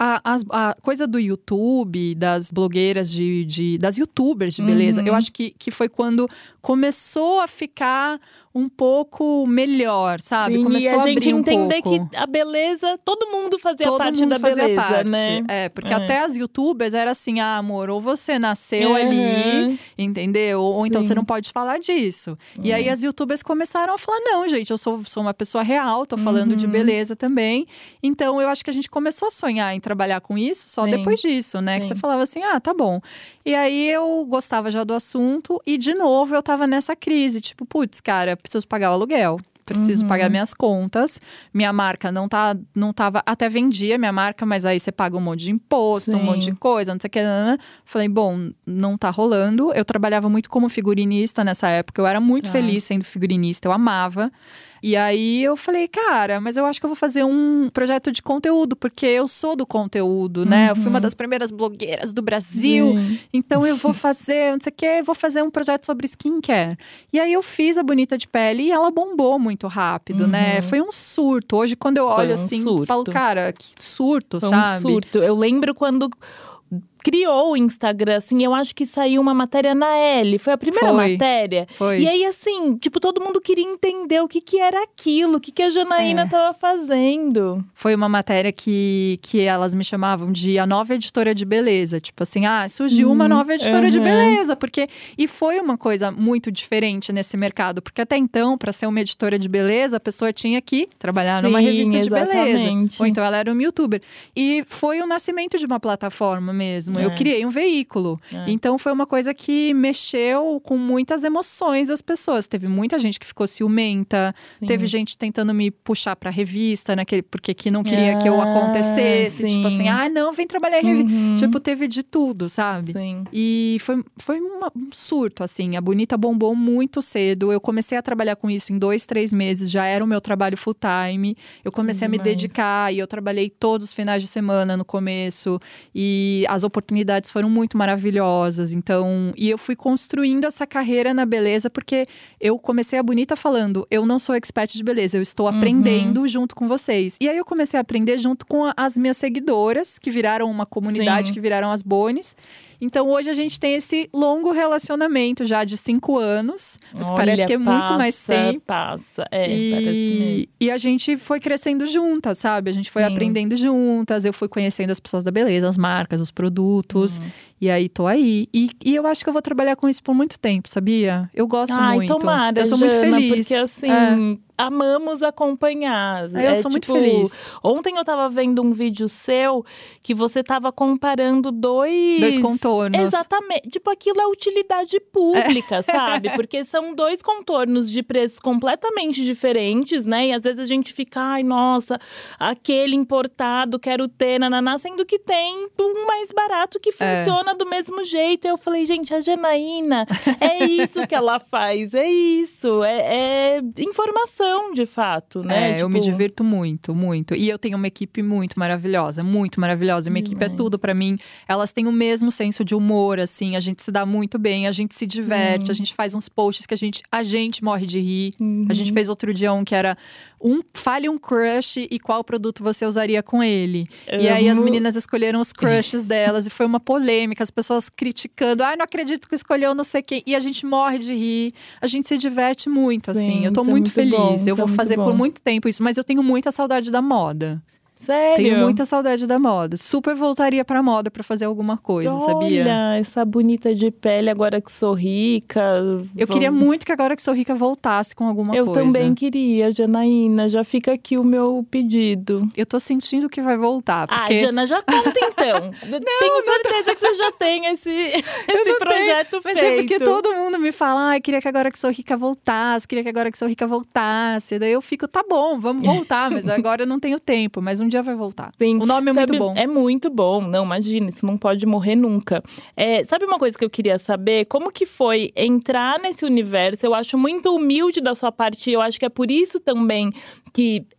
A coisa do YouTube, das blogueiras das youtubers de beleza, eu acho que foi quando começou a ficar um pouco melhor, sabe? Sim, Começou e a gente abrir um entender pouco. que a beleza, todo mundo fazia Todo parte mundo da fazia beleza, parte. né? Porque até as youtubers era assim, amor, ou você nasceu ali, entendeu? Ou então você não pode falar disso. E aí as youtubers começaram a falar, não, gente, eu sou uma pessoa real, tô falando de beleza também. Então eu acho que a gente começou a sonhar em trabalhar com isso só depois disso, né? Que você falava assim, tá bom. E aí eu gostava já do assunto e de novo eu tava nessa crise, tipo, putz, cara, preciso pagar o aluguel. Preciso pagar minhas contas. Minha marca não tava… Até vendia minha marca, mas aí você paga um monte de imposto, um monte de coisa, não sei o que. Falei, bom, não tá rolando. Eu trabalhava muito como figurinista nessa época. Eu era muito feliz sendo figurinista, eu amava. E aí eu falei, cara, mas eu acho que eu vou fazer um projeto de conteúdo, porque eu sou do conteúdo, né? Eu fui uma das primeiras blogueiras do Brasil, então eu vou fazer, não sei o que, vou fazer um projeto sobre skincare. E aí eu fiz a Bonita de Pele e ela bombou muito rápido, né? Foi um surto. Hoje, quando eu olho assim, falo, cara, que surto, sabe? Um surto. Eu lembro quando criou o Instagram, assim, eu acho que saiu uma matéria na Elle. Foi a primeira matéria. Foi. E aí, assim, tipo, todo mundo queria entender o que era aquilo, o que a Janaína tava fazendo. Foi uma matéria que elas me chamavam de a nova editora de beleza. Tipo assim, surgiu uma nova editora de beleza. E foi uma coisa muito diferente nesse mercado. Porque até então, para ser uma editora de beleza, a pessoa tinha que trabalhar numa revista de beleza. Ou então ela era um youtuber. E foi o nascimento de uma plataforma mesmo. Eu criei um veículo. Então foi uma coisa que mexeu com muitas emoções das pessoas. Teve muita gente que ficou ciumenta. Teve gente tentando me puxar pra revista, porque que não queria que eu acontecesse. Tipo assim, não, vem trabalhar em revista. Tipo, teve de tudo, sabe? E foi um surto, assim. A Bonita bombou muito cedo. Eu comecei a trabalhar com isso em 2, 3 meses. Já era o meu trabalho full time. Eu comecei a me dedicar e eu trabalhei todos os finais de semana no começo. E as oportunidades foram muito maravilhosas. Então, e eu fui construindo essa carreira na beleza, porque eu comecei a Bonita falando, eu não sou expert de beleza, eu estou aprendendo junto com vocês. E aí eu comecei a aprender junto com as minhas seguidoras, que viraram uma comunidade, que viraram as Bonis. Então, hoje a gente tem esse longo relacionamento já de 5 anos. Isso parece que é muito mais tempo. Parece mesmo. E a gente foi crescendo juntas, sabe? A gente foi aprendendo juntas. Eu fui conhecendo as pessoas da beleza, as marcas, os produtos. E aí, tô aí. E eu acho que eu vou trabalhar com isso por muito tempo, sabia? Eu gosto muito. Tomara, eu sou Jana, muito feliz. Porque assim… Amamos acompanhar. Eu sou muito feliz. Ontem eu tava vendo um vídeo seu que você tava comparando dois contornos. Exatamente. Tipo, aquilo é utilidade pública, sabe? Porque são 2 contornos de preços completamente diferentes, né? E às vezes a gente fica, ai, nossa, aquele importado, quero ter, nananá, sendo que tem um mais barato que funciona do mesmo jeito. E eu falei, gente, a Janaína, é isso que ela faz, é isso. É informação. De fato, né? Eu me divirto muito, muito. E eu tenho uma equipe muito maravilhosa, muito maravilhosa. Minha equipe é tudo pra mim. Elas têm o mesmo senso de humor, assim. A gente se dá muito bem, a gente se diverte. A gente faz uns posts que a gente morre de rir. A gente fez outro dia que era… fale um crush e qual produto você usaria com ele. E aí as meninas escolheram os crushes delas. E foi uma polêmica, as pessoas criticando. Não acredito que escolheu não sei quem. E a gente morre de rir. A gente se diverte muito, assim. Eu tô muito feliz. Eu vou fazer por muito tempo isso, mas eu tenho muita saudade da moda. Sério? Tenho muita saudade da moda. Super voltaria pra moda pra fazer alguma coisa, sabia? Olha, essa Bonita de Pele, Agora Que Sou Rica. Eu queria muito que Agora Que Sou Rica voltasse com alguma coisa. Eu também queria, Janaína. Já fica aqui o meu pedido. Eu tô sentindo que vai voltar. Porque… Jana, já conta então. Tenho certeza que você já tem esse projeto feito. Mas é porque todo mundo me fala, queria que Agora Que Sou Rica voltasse, queria que Agora Que Sou Rica voltasse. Daí eu fico, tá bom, vamos voltar. Mas agora eu não tenho tempo, mas um dia vai voltar. Sim. O nome é muito bom. É muito bom. Não, imagina, isso não pode morrer nunca. Sabe uma coisa que eu queria saber? Como que foi entrar nesse universo? Eu acho muito humilde da sua parte. Eu acho que é por isso também que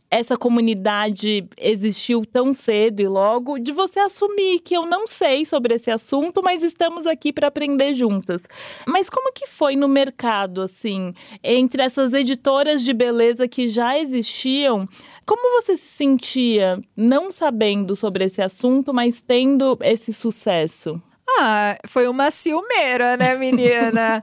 essa comunidade existiu tão cedo e logo, de você assumir que eu não sei sobre esse assunto, mas estamos aqui para aprender juntas. Mas como que foi no mercado, assim, entre essas editoras de beleza que já existiam? Como você se sentia não sabendo sobre esse assunto, mas tendo esse sucesso? Foi uma ciumeira, né, menina?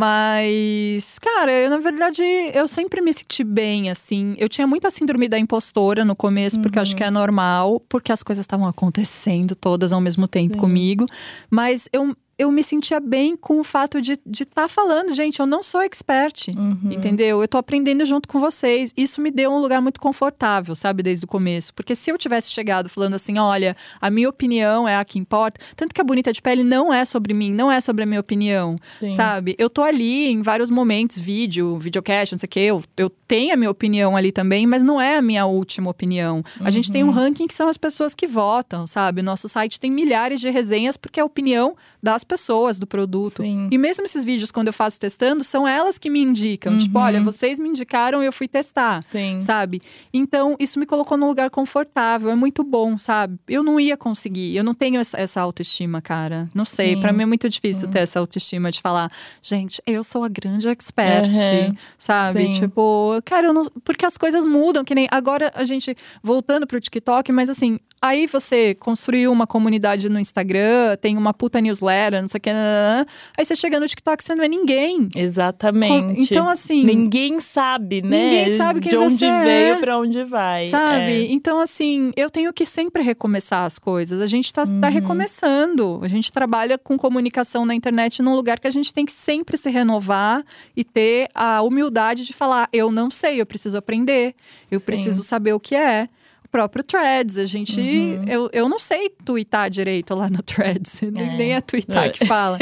Mas, cara, na verdade, eu sempre me senti bem, assim. Eu tinha muita síndrome da impostora no começo, porque eu acho que é normal. Porque as coisas estavam acontecendo todas ao mesmo tempo comigo. Mas eu me sentia bem com o fato de estar falando, gente, eu não sou expert, entendeu? Eu tô aprendendo junto com vocês. Isso me deu um lugar muito confortável, sabe, desde o começo. Porque se eu tivesse chegado falando assim, olha, a minha opinião é a que importa. Tanto que a Bonita de Pele não é sobre mim, não é sobre a minha opinião, sabe? Eu tô ali em vários momentos, videocast, não sei o quê. Eu tenho a minha opinião ali também, mas não é a minha última opinião. A gente tem um ranking que são as pessoas que votam, sabe? Nosso site tem milhares de resenhas porque é a opinião das pessoas do produto. Sim. E mesmo esses vídeos, quando eu faço testando, são elas que me indicam. Tipo, olha, vocês me indicaram e eu fui testar, sabe? Então, isso me colocou num lugar confortável. É muito bom, sabe? Eu não ia conseguir. Eu não tenho essa autoestima, cara. Não sei. Pra mim é muito difícil ter essa autoestima de falar, gente, eu sou a grande expert, sabe? Sim. Tipo, cara, eu não… Porque as coisas mudam, que nem… Agora, a gente… Voltando pro TikTok, mas assim… Aí você construiu uma comunidade no Instagram, tem uma puta newsletter, não sei o que. Aí você chega no TikTok, você não é ninguém. Exatamente. Então, assim… Ninguém sabe, né? Ninguém sabe quem de onde você veio é. pra onde vai. Sabe? Então, assim, eu tenho que sempre recomeçar as coisas. A gente tá recomeçando. A gente trabalha com comunicação na internet num lugar que a gente tem que sempre se renovar e ter a humildade de falar, eu não sei, eu preciso aprender. Eu preciso saber o que é. Próprio Threads, a gente… Eu não sei twittar direito lá no Threads, nem é twittar que fala.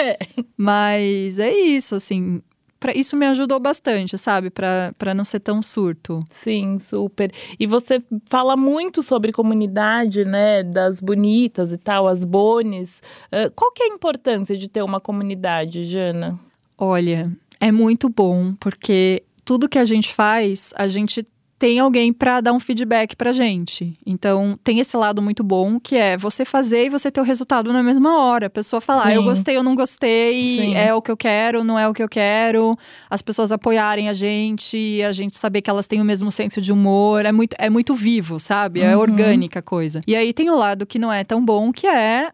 Mas é isso, assim… Isso me ajudou bastante, sabe? Pra não ser tão surto. Sim, super. E você fala muito sobre comunidade, né? Das bonitas e tal, as bones. Qual que é a importância de ter uma comunidade, Jana? Olha, é muito bom, porque tudo que a gente faz, a gente tem alguém pra dar um feedback pra gente. Então, tem esse lado muito bom, que é você fazer e você ter o resultado na mesma hora. A pessoa falar, eu gostei ou não gostei, é o que eu quero, não é o que eu quero. As pessoas apoiarem a gente saber que elas têm o mesmo senso de humor. É muito vivo, sabe? É orgânica a coisa. E aí tem o lado que não é tão bom, que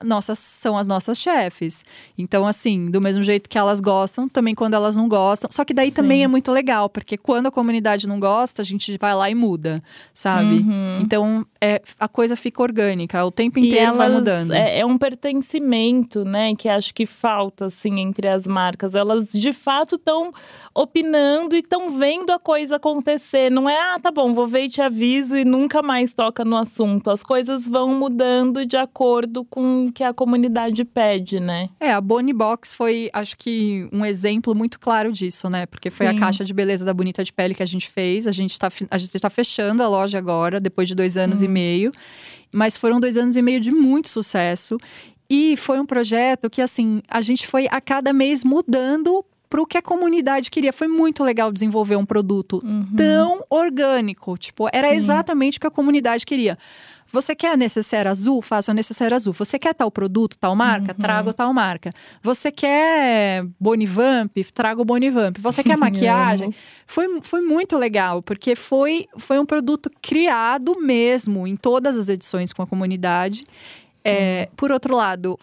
são as nossas chefes. Então, assim, do mesmo jeito que elas gostam, também quando elas não gostam. Só que daí também é muito legal, porque quando a comunidade não gosta, a gente vai lá e muda, sabe? Então, a coisa fica orgânica, o tempo inteiro vai mudando. É um pertencimento, né? Que acho que falta, assim, entre as marcas. Elas, de fato, estão opinando e estão vendo a coisa acontecer. Não é, tá bom, vou ver e te aviso e nunca mais toca no assunto. As coisas vão mudando de acordo com o que a comunidade pede, né? A Boni Box foi, acho que, um exemplo muito claro disso, né? Porque foi a caixa de beleza da Bonita de Pele que a gente fez. A gente está fechando a loja agora, depois de 2 anos e meio. Mas foram 2 anos e meio de muito sucesso. E foi um projeto que, assim, a gente foi a cada mês mudando pro que a comunidade queria. Foi muito legal desenvolver um produto tão orgânico. Tipo, era exatamente o que a comunidade queria. Você quer necessaire azul? Faça o necessaire azul. Você quer tal produto, tal marca? Traga tal marca. Você quer Bonivamp? Traga o Bonivamp. Você quer maquiagem? Foi muito legal, porque foi um produto criado mesmo em todas as edições com a comunidade. Por outro lado,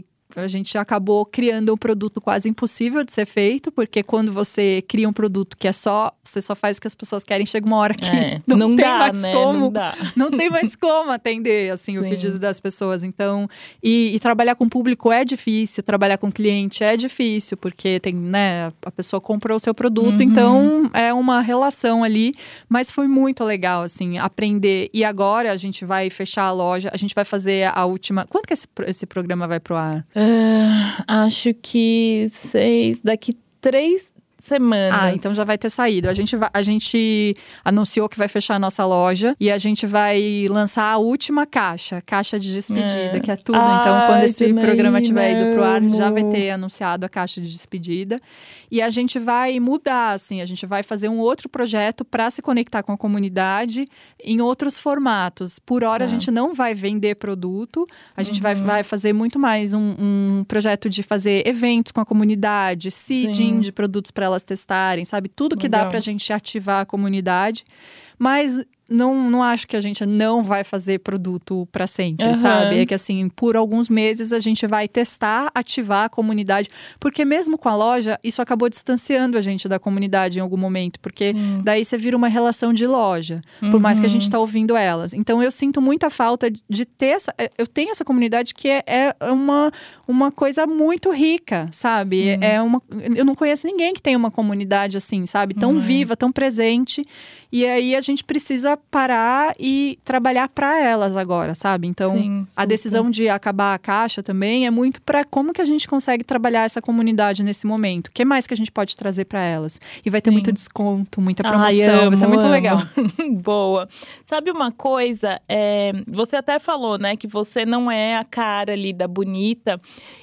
a gente acabou criando um produto quase impossível de ser feito, porque quando você cria um produto que você só faz o que as pessoas querem, chega uma hora que não tem mais como. Não tem mais como atender, assim, o pedido das pessoas. Então, e trabalhar com público é difícil, trabalhar com cliente é difícil, porque tem, né, a pessoa comprou o seu produto, então é uma relação ali. Mas foi muito legal, assim, aprender. E agora a gente vai fechar a loja, a gente vai fazer a última… Quando que esse programa vai pro ar? Acho que daqui semanas. Então já vai ter saído. A gente anunciou que vai fechar a nossa loja e a gente vai lançar a última caixa de despedida, que é tudo. Então, quando esse programa tiver ido pro ar, já vai ter anunciado a caixa de despedida. E a gente vai mudar, assim, a gente vai fazer um outro projeto para se conectar com a comunidade em outros formatos. Por hora, a gente não vai vender produto, a gente vai fazer muito mais um projeto de fazer eventos com a comunidade, seeding de produtos para elas testarem, sabe? Tudo que dá pra gente ativar a comunidade. Mas não acho que a gente não vai fazer produto para sempre, sabe? É que assim, por alguns meses a gente vai testar, ativar a comunidade. Porque mesmo com a loja, isso acabou distanciando a gente da comunidade em algum momento. Porque daí você vira uma relação de loja, por mais que a gente tá ouvindo elas. Então eu sinto muita falta de ter eu tenho essa comunidade que é uma coisa muito rica, sabe? Eu não conheço ninguém que tenha uma comunidade assim, sabe? Tão viva, tão presente. E aí a gente precisa parar e trabalhar para elas agora, sabe? Então, a decisão de acabar a caixa também é muito para como que a gente consegue trabalhar essa comunidade nesse momento. O que mais que a gente pode trazer para elas? E vai ter muito desconto, muita promoção, vai ser muito legal. Boa. Sabe uma coisa? Você até falou, né, que você não é a cara ali da Bonita.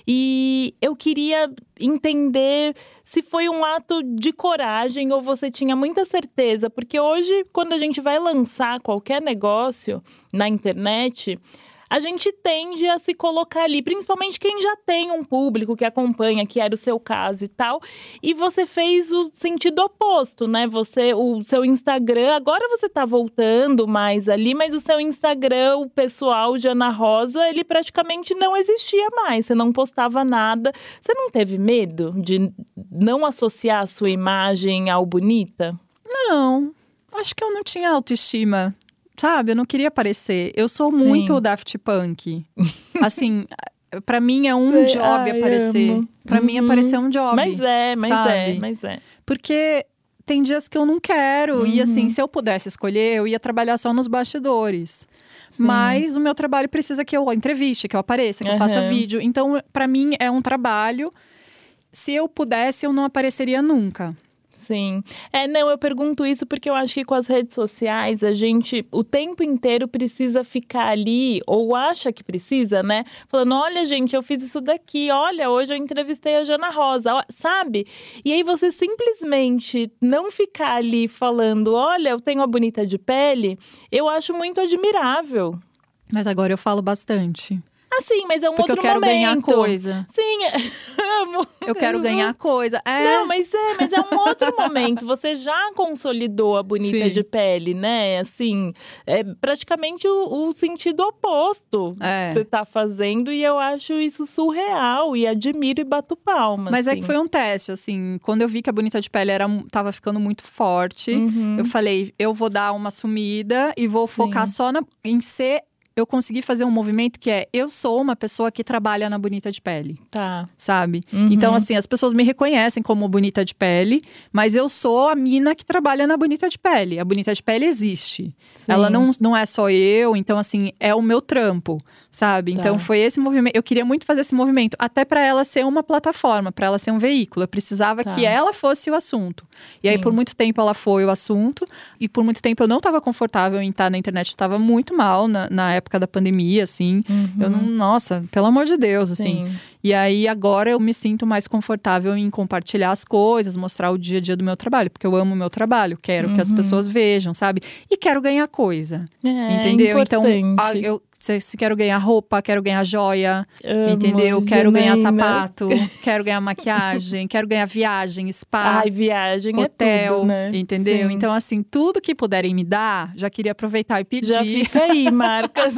E eu queria entender se foi um ato de coragem ou você tinha muita certeza. Porque hoje, quando a gente vai lançar qualquer negócio na internet, a gente tende a se colocar ali, principalmente quem já tem um público que acompanha, que era o seu caso e tal. E você fez o sentido oposto, né? O seu Instagram, agora você tá voltando mais ali, mas o seu Instagram, o pessoal de Ana Rosa, ele praticamente não existia mais. Você não postava nada. Você não teve medo de não associar a sua imagem ao Bonita? Não, acho que eu não tinha autoestima. Sabe, eu não queria aparecer. Eu sou muito Daft Punk. Assim, pra mim é um job aparecer. Pra mim aparecer é um job. Mas é. Porque tem dias que eu não quero. E assim, se eu pudesse escolher, eu ia trabalhar só nos bastidores. Mas o meu trabalho precisa que eu entreviste, que eu apareça, que eu faça vídeo. Então, pra mim, é um trabalho. Se eu pudesse, eu não apareceria nunca. Sim. Não, eu pergunto isso porque eu acho que com as redes sociais, a gente o tempo inteiro precisa ficar ali, ou acha que precisa, né? Falando, olha gente, eu fiz isso daqui, olha, hoje eu entrevistei a Jana Rosa, sabe? E aí você simplesmente não ficar ali falando, olha, eu tenho a Bonita de Pele, eu acho muito admirável. Mas agora eu falo bastante. Assim, mas é um porque outro momento. Porque eu quero momento. ganhar coisa. Sim, amo. Eu quero ganhar coisa. Não, mas é um outro momento. Você já consolidou a Bonita de Pele, né? Assim, é praticamente o sentido oposto que você tá fazendo. E eu acho isso surreal. E admiro e bato palma. Mas é que foi um teste, assim. Quando eu vi que a Bonita de Pele tava ficando muito forte, eu falei, eu vou dar uma sumida e vou focar só em ser… Eu consegui fazer um movimento que eu sou uma pessoa que trabalha na Bonita de Pele. Tá. Sabe? Então, assim, as pessoas me reconhecem como Bonita de Pele, mas eu sou a mina que trabalha na Bonita de Pele. A Bonita de Pele existe. Sim. Ela não é só eu, então, assim, é o meu trampo, sabe? Então, foi esse movimento. Eu queria muito fazer esse movimento, até pra ela ser uma plataforma, pra ela ser um veículo. Eu precisava que ela fosse o assunto. E aí, por muito tempo, ela foi o assunto. E por muito tempo, eu não tava confortável em estar na internet. Eu tava muito mal na época da pandemia, assim. Eu não… Nossa, pelo amor de Deus, assim. Sim. E aí, agora eu me sinto mais confortável em compartilhar as coisas, mostrar o dia a dia do meu trabalho. Porque eu amo o meu trabalho, quero que as pessoas vejam, sabe? E quero ganhar coisa, entendeu? Importante. Então, se quero ganhar roupa, quero ganhar joia, entendeu? Quero ganhar sapato, quero ganhar maquiagem, quero ganhar viagem, spa, viagem hotel, é tudo, né? Entendeu? Sim. Então, assim, tudo que puderem me dar, já queria aproveitar e pedir. Já fica aí, marcas.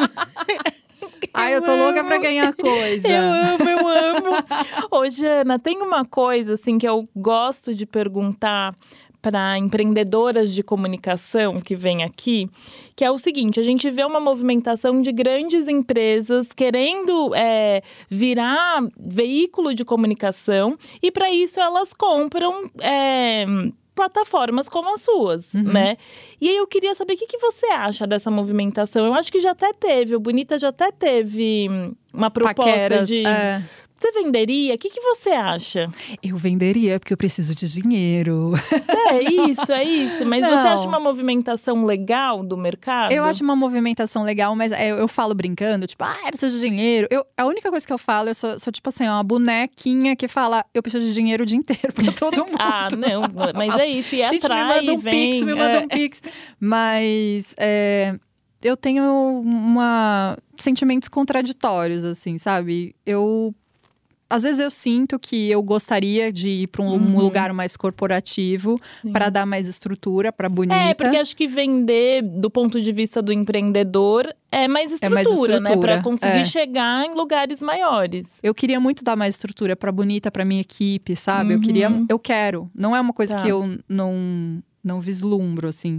Eu tô louca pra ganhar coisa. Eu amo. Ô, Jana, tem uma coisa assim que eu gosto de perguntar para empreendedoras de comunicação que vêm aqui, que é o seguinte: a gente vê uma movimentação de grandes empresas querendo virar veículo de comunicação, e para isso elas compram plataformas como as suas, né? E aí eu queria saber o que você acha dessa movimentação. Eu acho que já até teve, o Bonita já até teve uma proposta Paqueras, de Você venderia? O que você acha? Eu venderia, porque eu preciso de dinheiro. É isso. Mas Não. você acha uma movimentação legal do mercado? Eu acho uma movimentação legal, mas eu falo brincando, tipo, eu preciso de dinheiro. A única coisa que eu falo, eu sou tipo assim, uma bonequinha que fala, eu preciso de dinheiro o dia inteiro pra todo mundo. Não, mas é isso, e atrai, me manda um pix. Mas eu tenho sentimentos contraditórios, assim, sabe? Às vezes eu sinto que eu gostaria de ir para um lugar mais corporativo para dar mais estrutura para Bonita. Porque acho que vender do ponto de vista do empreendedor é mais estrutura, né? Para conseguir chegar em lugares maiores. Eu queria muito dar mais estrutura para Bonita, para minha equipe, sabe? Eu quero. Não é uma coisa que eu não vislumbro, assim.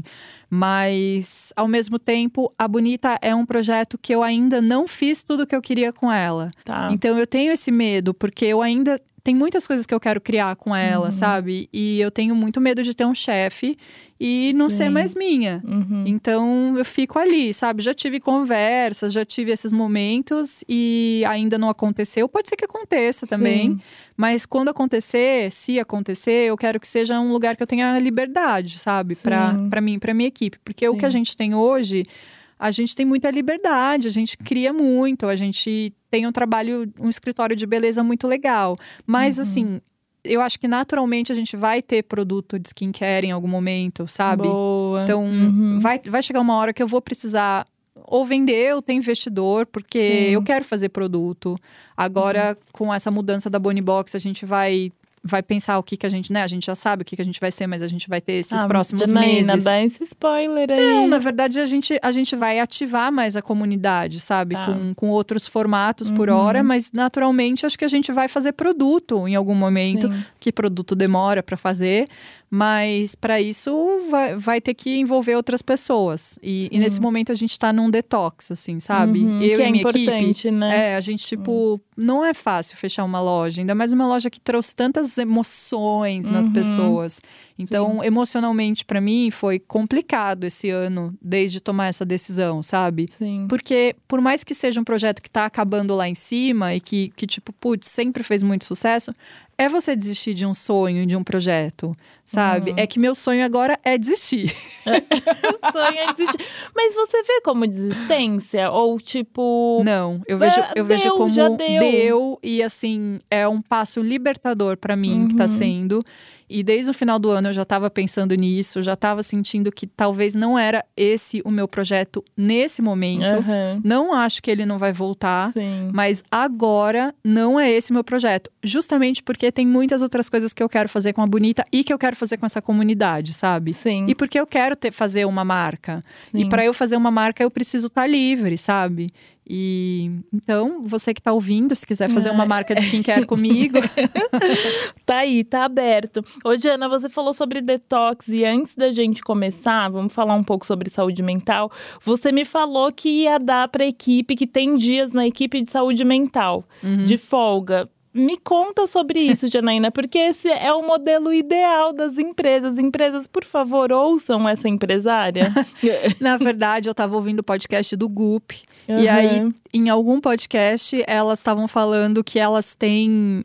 Mas, ao mesmo tempo, a Bonita é um projeto que eu ainda não fiz tudo o que eu queria com ela. Tá. Então, eu tenho esse medo, porque eu ainda… Tem muitas coisas que eu quero criar com ela, sabe? E eu tenho muito medo de ter um chefe e não ser mais minha. Então, eu fico ali, sabe? Já tive conversas, já tive esses momentos e ainda não aconteceu. Pode ser que aconteça também. Mas quando acontecer, se acontecer, eu quero que seja um lugar que eu tenha liberdade, sabe? Pra mim, pra minha equipe. Porque o que a gente tem hoje… A gente tem muita liberdade, a gente cria muito, a gente tem um escritório de beleza muito legal. Mas, assim, eu acho que naturalmente a gente vai ter produto de skincare em algum momento, sabe? Boa. Então, vai chegar uma hora que eu vou precisar ou vender ou ter investidor, porque eu quero fazer produto. Agora, com essa mudança da Bonibox, a gente vai pensar o que a gente, né? A gente já sabe o que a gente vai ser, mas a gente vai ter esses próximos meses. Dá esse spoiler aí. Não, na verdade, a gente vai ativar mais a comunidade, sabe? Com outros formatos por hora, mas naturalmente acho que a gente vai fazer produto em algum momento. Que produto demora para fazer, mas para isso vai ter que envolver outras pessoas. E nesse momento a gente tá num detox, assim, sabe? Eu que e minha equipe, né? A gente, tipo, não é fácil fechar uma loja, ainda mais uma loja que trouxe tantas emoções nas pessoas. Então, emocionalmente, para mim, foi complicado esse ano, desde tomar essa decisão, sabe? Sim. Porque, por mais que seja um projeto que tá acabando lá em cima e que tipo, putz, sempre fez muito sucesso, é você desistir de um sonho, de um projeto, sabe? É que meu sonho agora é desistir. O sonho é desistir. Mas você vê como desistência? Ou tipo… Não, eu vejo como já deu. E assim, é um passo libertador pra mim que tá sendo. E desde o final do ano eu já tava pensando nisso, já tava sentindo que talvez não era esse o meu projeto nesse momento. Não acho que ele não vai voltar, mas agora não é esse o meu projeto. Justamente porque tem muitas outras coisas que eu quero fazer com a Bonita e que eu quero fazer com essa comunidade, sabe? E porque eu quero fazer uma marca. E para eu fazer uma marca eu preciso estar livre, sabe? E então, você que tá ouvindo, se quiser fazer uma marca de skincare comigo… Tá aí, tá aberto. Ô, Diana, você falou sobre detox e antes da gente começar, vamos falar um pouco sobre saúde mental. Você me falou que ia dar pra equipe, que tem dias na equipe de saúde mental, de folga. Me conta sobre isso, Janaína, porque esse é o modelo ideal das empresas. Empresas, por favor, ouçam essa empresária. Na verdade, eu tava ouvindo o podcast do Goop. E aí, em algum podcast, elas estavam falando que elas têm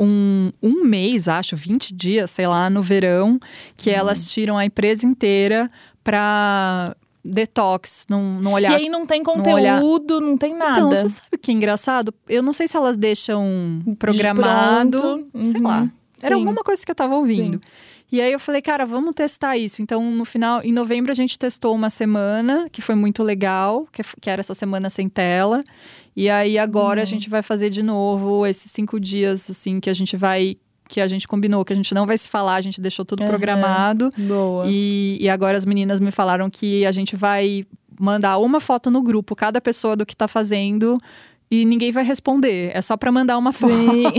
um mês, acho, 20 dias, sei lá, no verão, que elas tiram a empresa inteira pra… detox, não olhar… E aí não tem conteúdo, não tem nada. Então, você sabe o que é engraçado? Eu não sei se elas deixam programado, sei lá. Era alguma coisa que eu tava ouvindo. E aí eu falei, cara, vamos testar isso. Então, em novembro a gente testou uma semana, que foi muito legal, que era essa semana sem tela. E aí agora a gente vai fazer de novo esses 5 dias, assim, que a gente combinou, que a gente não vai se falar, a gente deixou tudo programado. Boa. E agora as meninas me falaram que a gente vai mandar uma foto no grupo, cada pessoa do que tá fazendo, e ninguém vai responder. É só pra mandar uma foto.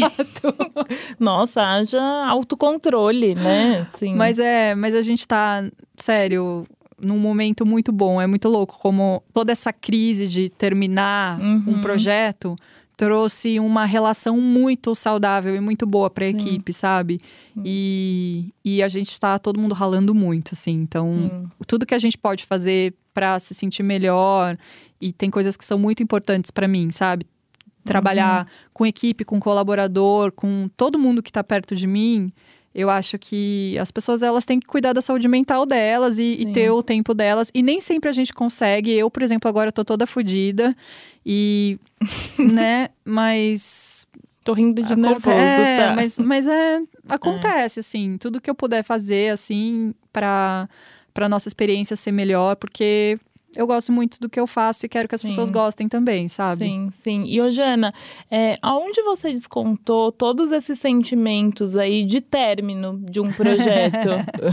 Nossa, haja autocontrole, né? Sim. Mas a gente tá, sério, num momento muito bom. É muito louco como toda essa crise de terminar um projeto trouxe uma relação muito saudável e muito boa pra equipe, sabe? E a gente tá todo mundo ralando muito, assim. Então, tudo que a gente pode fazer pra se sentir melhor… E tem coisas que são muito importantes pra mim, sabe? trabalhar com equipe, com colaborador, com todo mundo que tá perto de mim, eu acho que as pessoas, elas têm que cuidar da saúde mental delas e ter o tempo delas. E nem sempre a gente consegue. Eu, por exemplo, agora tô toda fodida. E, né, mas... Tô rindo de nervoso, tá? Mas acontece, assim. Tudo que eu puder fazer, assim, pra nossa experiência ser melhor. Porque eu gosto muito do que eu faço e quero que as pessoas gostem também, sabe? Sim. E, ô Jana, aonde você descontou todos esses sentimentos aí de término de um projeto?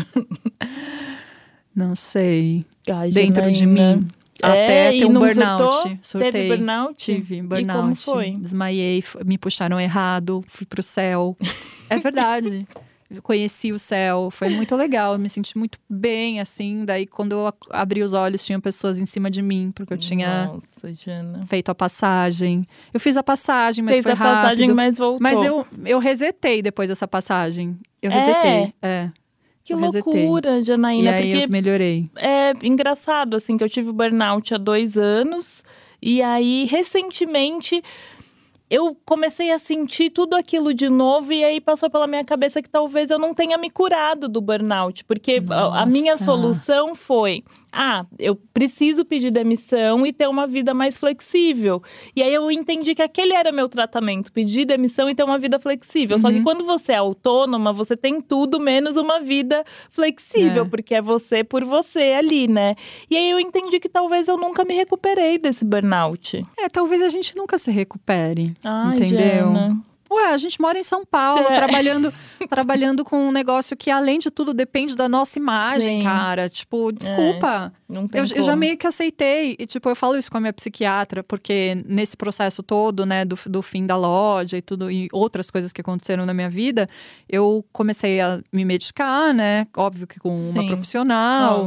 Não sei. Ai, Dentro de mim. Até ter um burnout. Surtei. Teve burnout? Tive burnout. E como foi? Desmaiei, me puxaram errado, fui pro céu. É verdade. Eu conheci o céu, foi muito legal. Eu me senti muito bem, assim. Daí, quando eu abri os olhos, tinham pessoas em cima de mim. Porque eu tinha feito a passagem. Eu fiz a passagem, mas foi rápido. Fez a passagem, mas voltou. Mas eu resetei depois dessa passagem. Eu resetei, Que loucura, Janaína. E aí eu melhorei. É engraçado, assim, que eu tive burnout há 2 anos. E aí, recentemente, eu comecei a sentir tudo aquilo de novo. E aí, passou pela minha cabeça que talvez eu não tenha me curado do burnout. Porque a minha solução foi... eu preciso pedir demissão e ter uma vida mais flexível. E aí eu entendi que aquele era meu tratamento, pedir demissão e ter uma vida flexível. Só que quando você é autônoma, você tem tudo menos uma vida flexível, porque é você por você ali, né? E aí eu entendi que talvez eu nunca me recuperei desse burnout. Talvez a gente nunca se recupere, Ai, entendeu? Jana. A gente mora em São Paulo, trabalhando com um negócio que, além de tudo, depende da nossa imagem, cara. Tipo, desculpa. Não tem eu já meio que aceitei. E, tipo, eu falo isso com a minha psiquiatra, porque nesse processo todo, né, do fim da loja e tudo, e outras coisas que aconteceram na minha vida, eu comecei a me medicar, né? Óbvio que com uma profissional.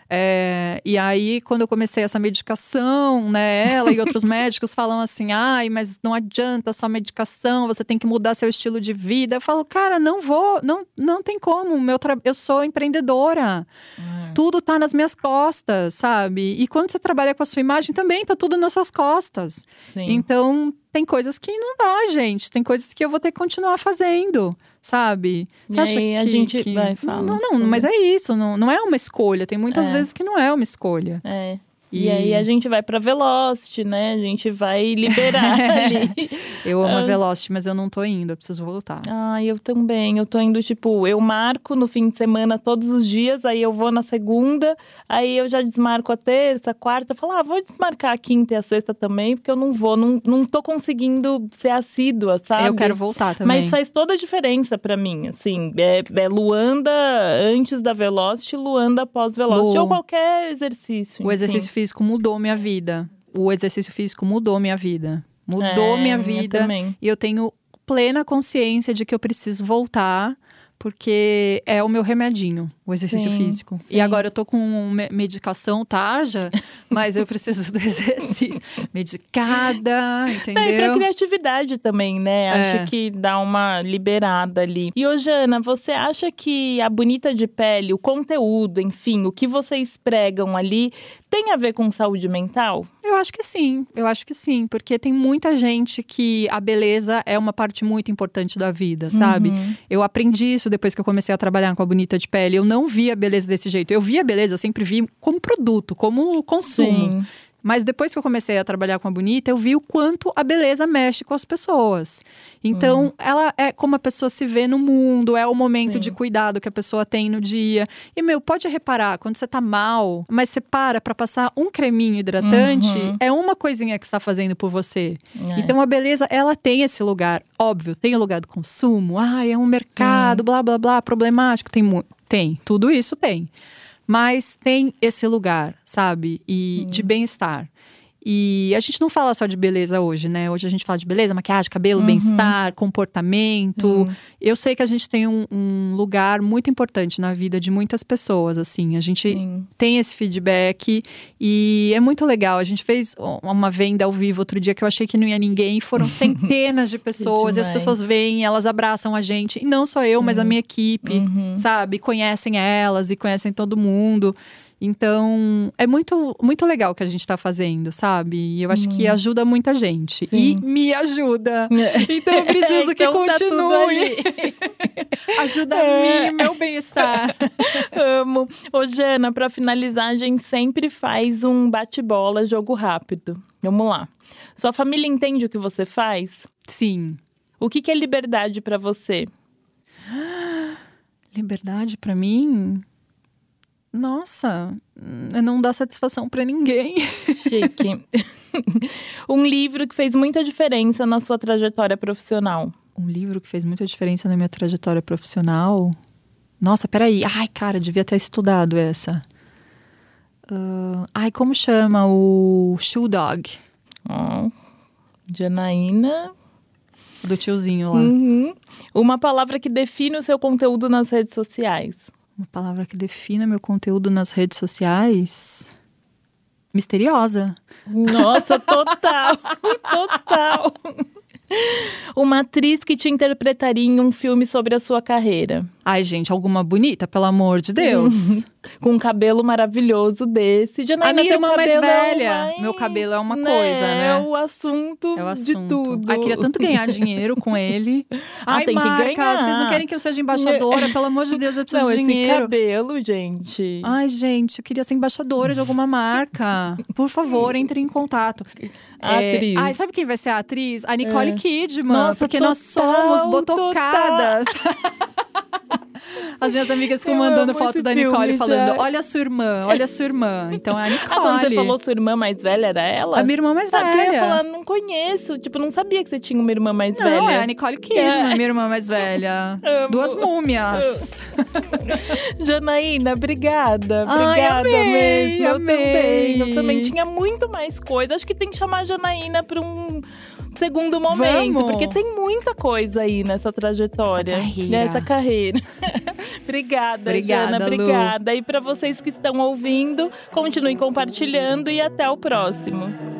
E aí, quando eu comecei essa medicação, né, ela e outros médicos falam assim: mas não adianta só medicação, você tem que mudar seu estilo de vida. Eu falo, cara, não tem como. Eu sou empreendedora. Tudo tá nas minhas costas, sabe? E quando você trabalha com a sua imagem, também tá tudo nas suas costas. Sim. Então, tem coisas que não dá, gente. Tem coisas que eu vou ter que continuar fazendo, sabe? Você acha que a gente vai falar? Não, mas é isso. Não é uma escolha. Tem muitas vezes que não é uma escolha. E aí a gente vai pra Velocity, né? A gente vai liberar ali. Eu amo a Velocity, mas eu não tô indo, eu preciso voltar. Eu também. Eu tô indo, tipo, eu marco no fim de semana todos os dias, aí eu vou na segunda, aí eu já desmarco a terça, a quarta. Eu falo, vou desmarcar a quinta e a sexta também, porque eu não vou, não tô conseguindo ser assídua, sabe? Eu quero voltar também. Mas faz toda a diferença pra mim, assim. É Luanda antes da Velocity, Luanda após Velocity, ou qualquer exercício. O exercício físico mudou minha vida. O exercício físico mudou minha vida. Mudou minha vida. Também. E eu tenho plena consciência de que eu preciso voltar, porque é o meu remedinho, o exercício físico. Sim. E agora eu tô com medicação tarja, mas eu preciso do exercício. Medicada, entendeu? E pra criatividade também, né? Acho que dá uma liberada ali. E, ô Jana, você acha que a Bonita de Pele, o conteúdo, enfim, o que vocês pregam ali, tem a ver com saúde mental? Eu acho que sim, porque tem muita gente que a beleza é uma parte muito importante da vida, sabe? Eu aprendi isso depois que eu comecei a trabalhar com a Bonita de Pele. Eu não via a beleza desse jeito. Eu via a beleza, eu sempre vi como produto, como consumo. Sim. Mas depois que eu comecei a trabalhar com a Bonita, eu vi o quanto a beleza mexe com as pessoas. Então, ela é como a pessoa se vê no mundo, é o momento de cuidado que a pessoa tem no dia. E, pode reparar, quando você tá mal, mas você para passar um creminho hidratante, é uma coisinha que você tá fazendo por você. Então, a beleza, ela tem esse lugar. Óbvio, tem o lugar do consumo. É um mercado, blá, blá, blá, problemático. Tem, tudo isso tem. Mas tem esse lugar, sabe? E de bem-estar. E a gente não fala só de beleza hoje, né? Hoje a gente fala de beleza, maquiagem, cabelo, bem-estar, comportamento. Eu sei que a gente tem um lugar muito importante na vida de muitas pessoas, assim. A gente tem esse feedback e é muito legal. A gente fez uma venda ao vivo outro dia que eu achei que não ia ninguém. Foram centenas de pessoas e as pessoas vêm, elas abraçam a gente. E não só eu, mas a minha equipe, sabe? Conhecem elas e conhecem todo mundo. Então, é muito, muito legal o que a gente tá fazendo, sabe? E eu acho que ajuda muita gente. Sim. E me ajuda. Então, eu preciso que Então tá tudo continue. ali. Ajuda a mim, meu bem-estar. Amo. Ô, Jana, pra finalizar, a gente sempre faz um bate-bola, jogo rápido. Vamos lá. Sua família entende o que você faz? Sim. O que é liberdade pra você? Liberdade pra mim? Nossa, não dá satisfação pra ninguém. Chique. Um livro que fez muita diferença na sua trajetória profissional. Um livro que fez muita diferença na minha trajetória profissional? Nossa, peraí. Ai, cara, devia ter estudado essa. Como chama? O Shoe Dog. Ó, Janaína. Do tiozinho lá. Uhum. Uma palavra que define o seu conteúdo nas redes sociais. Uma palavra que defina meu conteúdo nas redes sociais? Misteriosa. Nossa, total! Total! Uma atriz que te interpretaria em um filme sobre a sua carreira. Ai, gente, alguma bonita, pelo amor de Deus. Com um cabelo maravilhoso desse. Janaína, A minha seu irmã mais cabelo velha. Meu cabelo é uma coisa, né? É o assunto, de tudo. Ai, queria tanto ganhar dinheiro com ele. Ai, tem marca, que ganhar. vocês não querem que eu seja embaixadora? Pelo amor de Deus, eu preciso de dinheiro. Esse cabelo, gente. Ai, gente, eu queria ser embaixadora de alguma marca. Por favor, entre em contato. Atriz. Ai, sabe quem vai ser a atriz? A Nicole Kidman. Nossa, porque total, nós somos botocadas. As minhas amigas ficam mandando amo foto esse da Nicole filme, falando, já. olha a sua irmã, olha a sua irmã. Então é a Nicole. Quando você falou sua irmã mais velha, era ela? A minha irmã mais Porque eu ia velha. falar, não conheço. Tipo, não sabia que você tinha uma irmã mais Não, velha. é a Nicole Kidman, minha irmã mais velha. Amo. 2 múmias. Janaína, obrigada. Ai, Obrigada amei, mesmo. amei. Eu também tinha muito mais coisa. Acho que tem que chamar a Janaína para um segundo momento. Vamos. Porque tem muita coisa aí nessa trajetória. Nessa carreira. Obrigada, Obrigada, Jana. Lu. Obrigada. E para vocês que estão ouvindo, continuem compartilhando e até o próximo.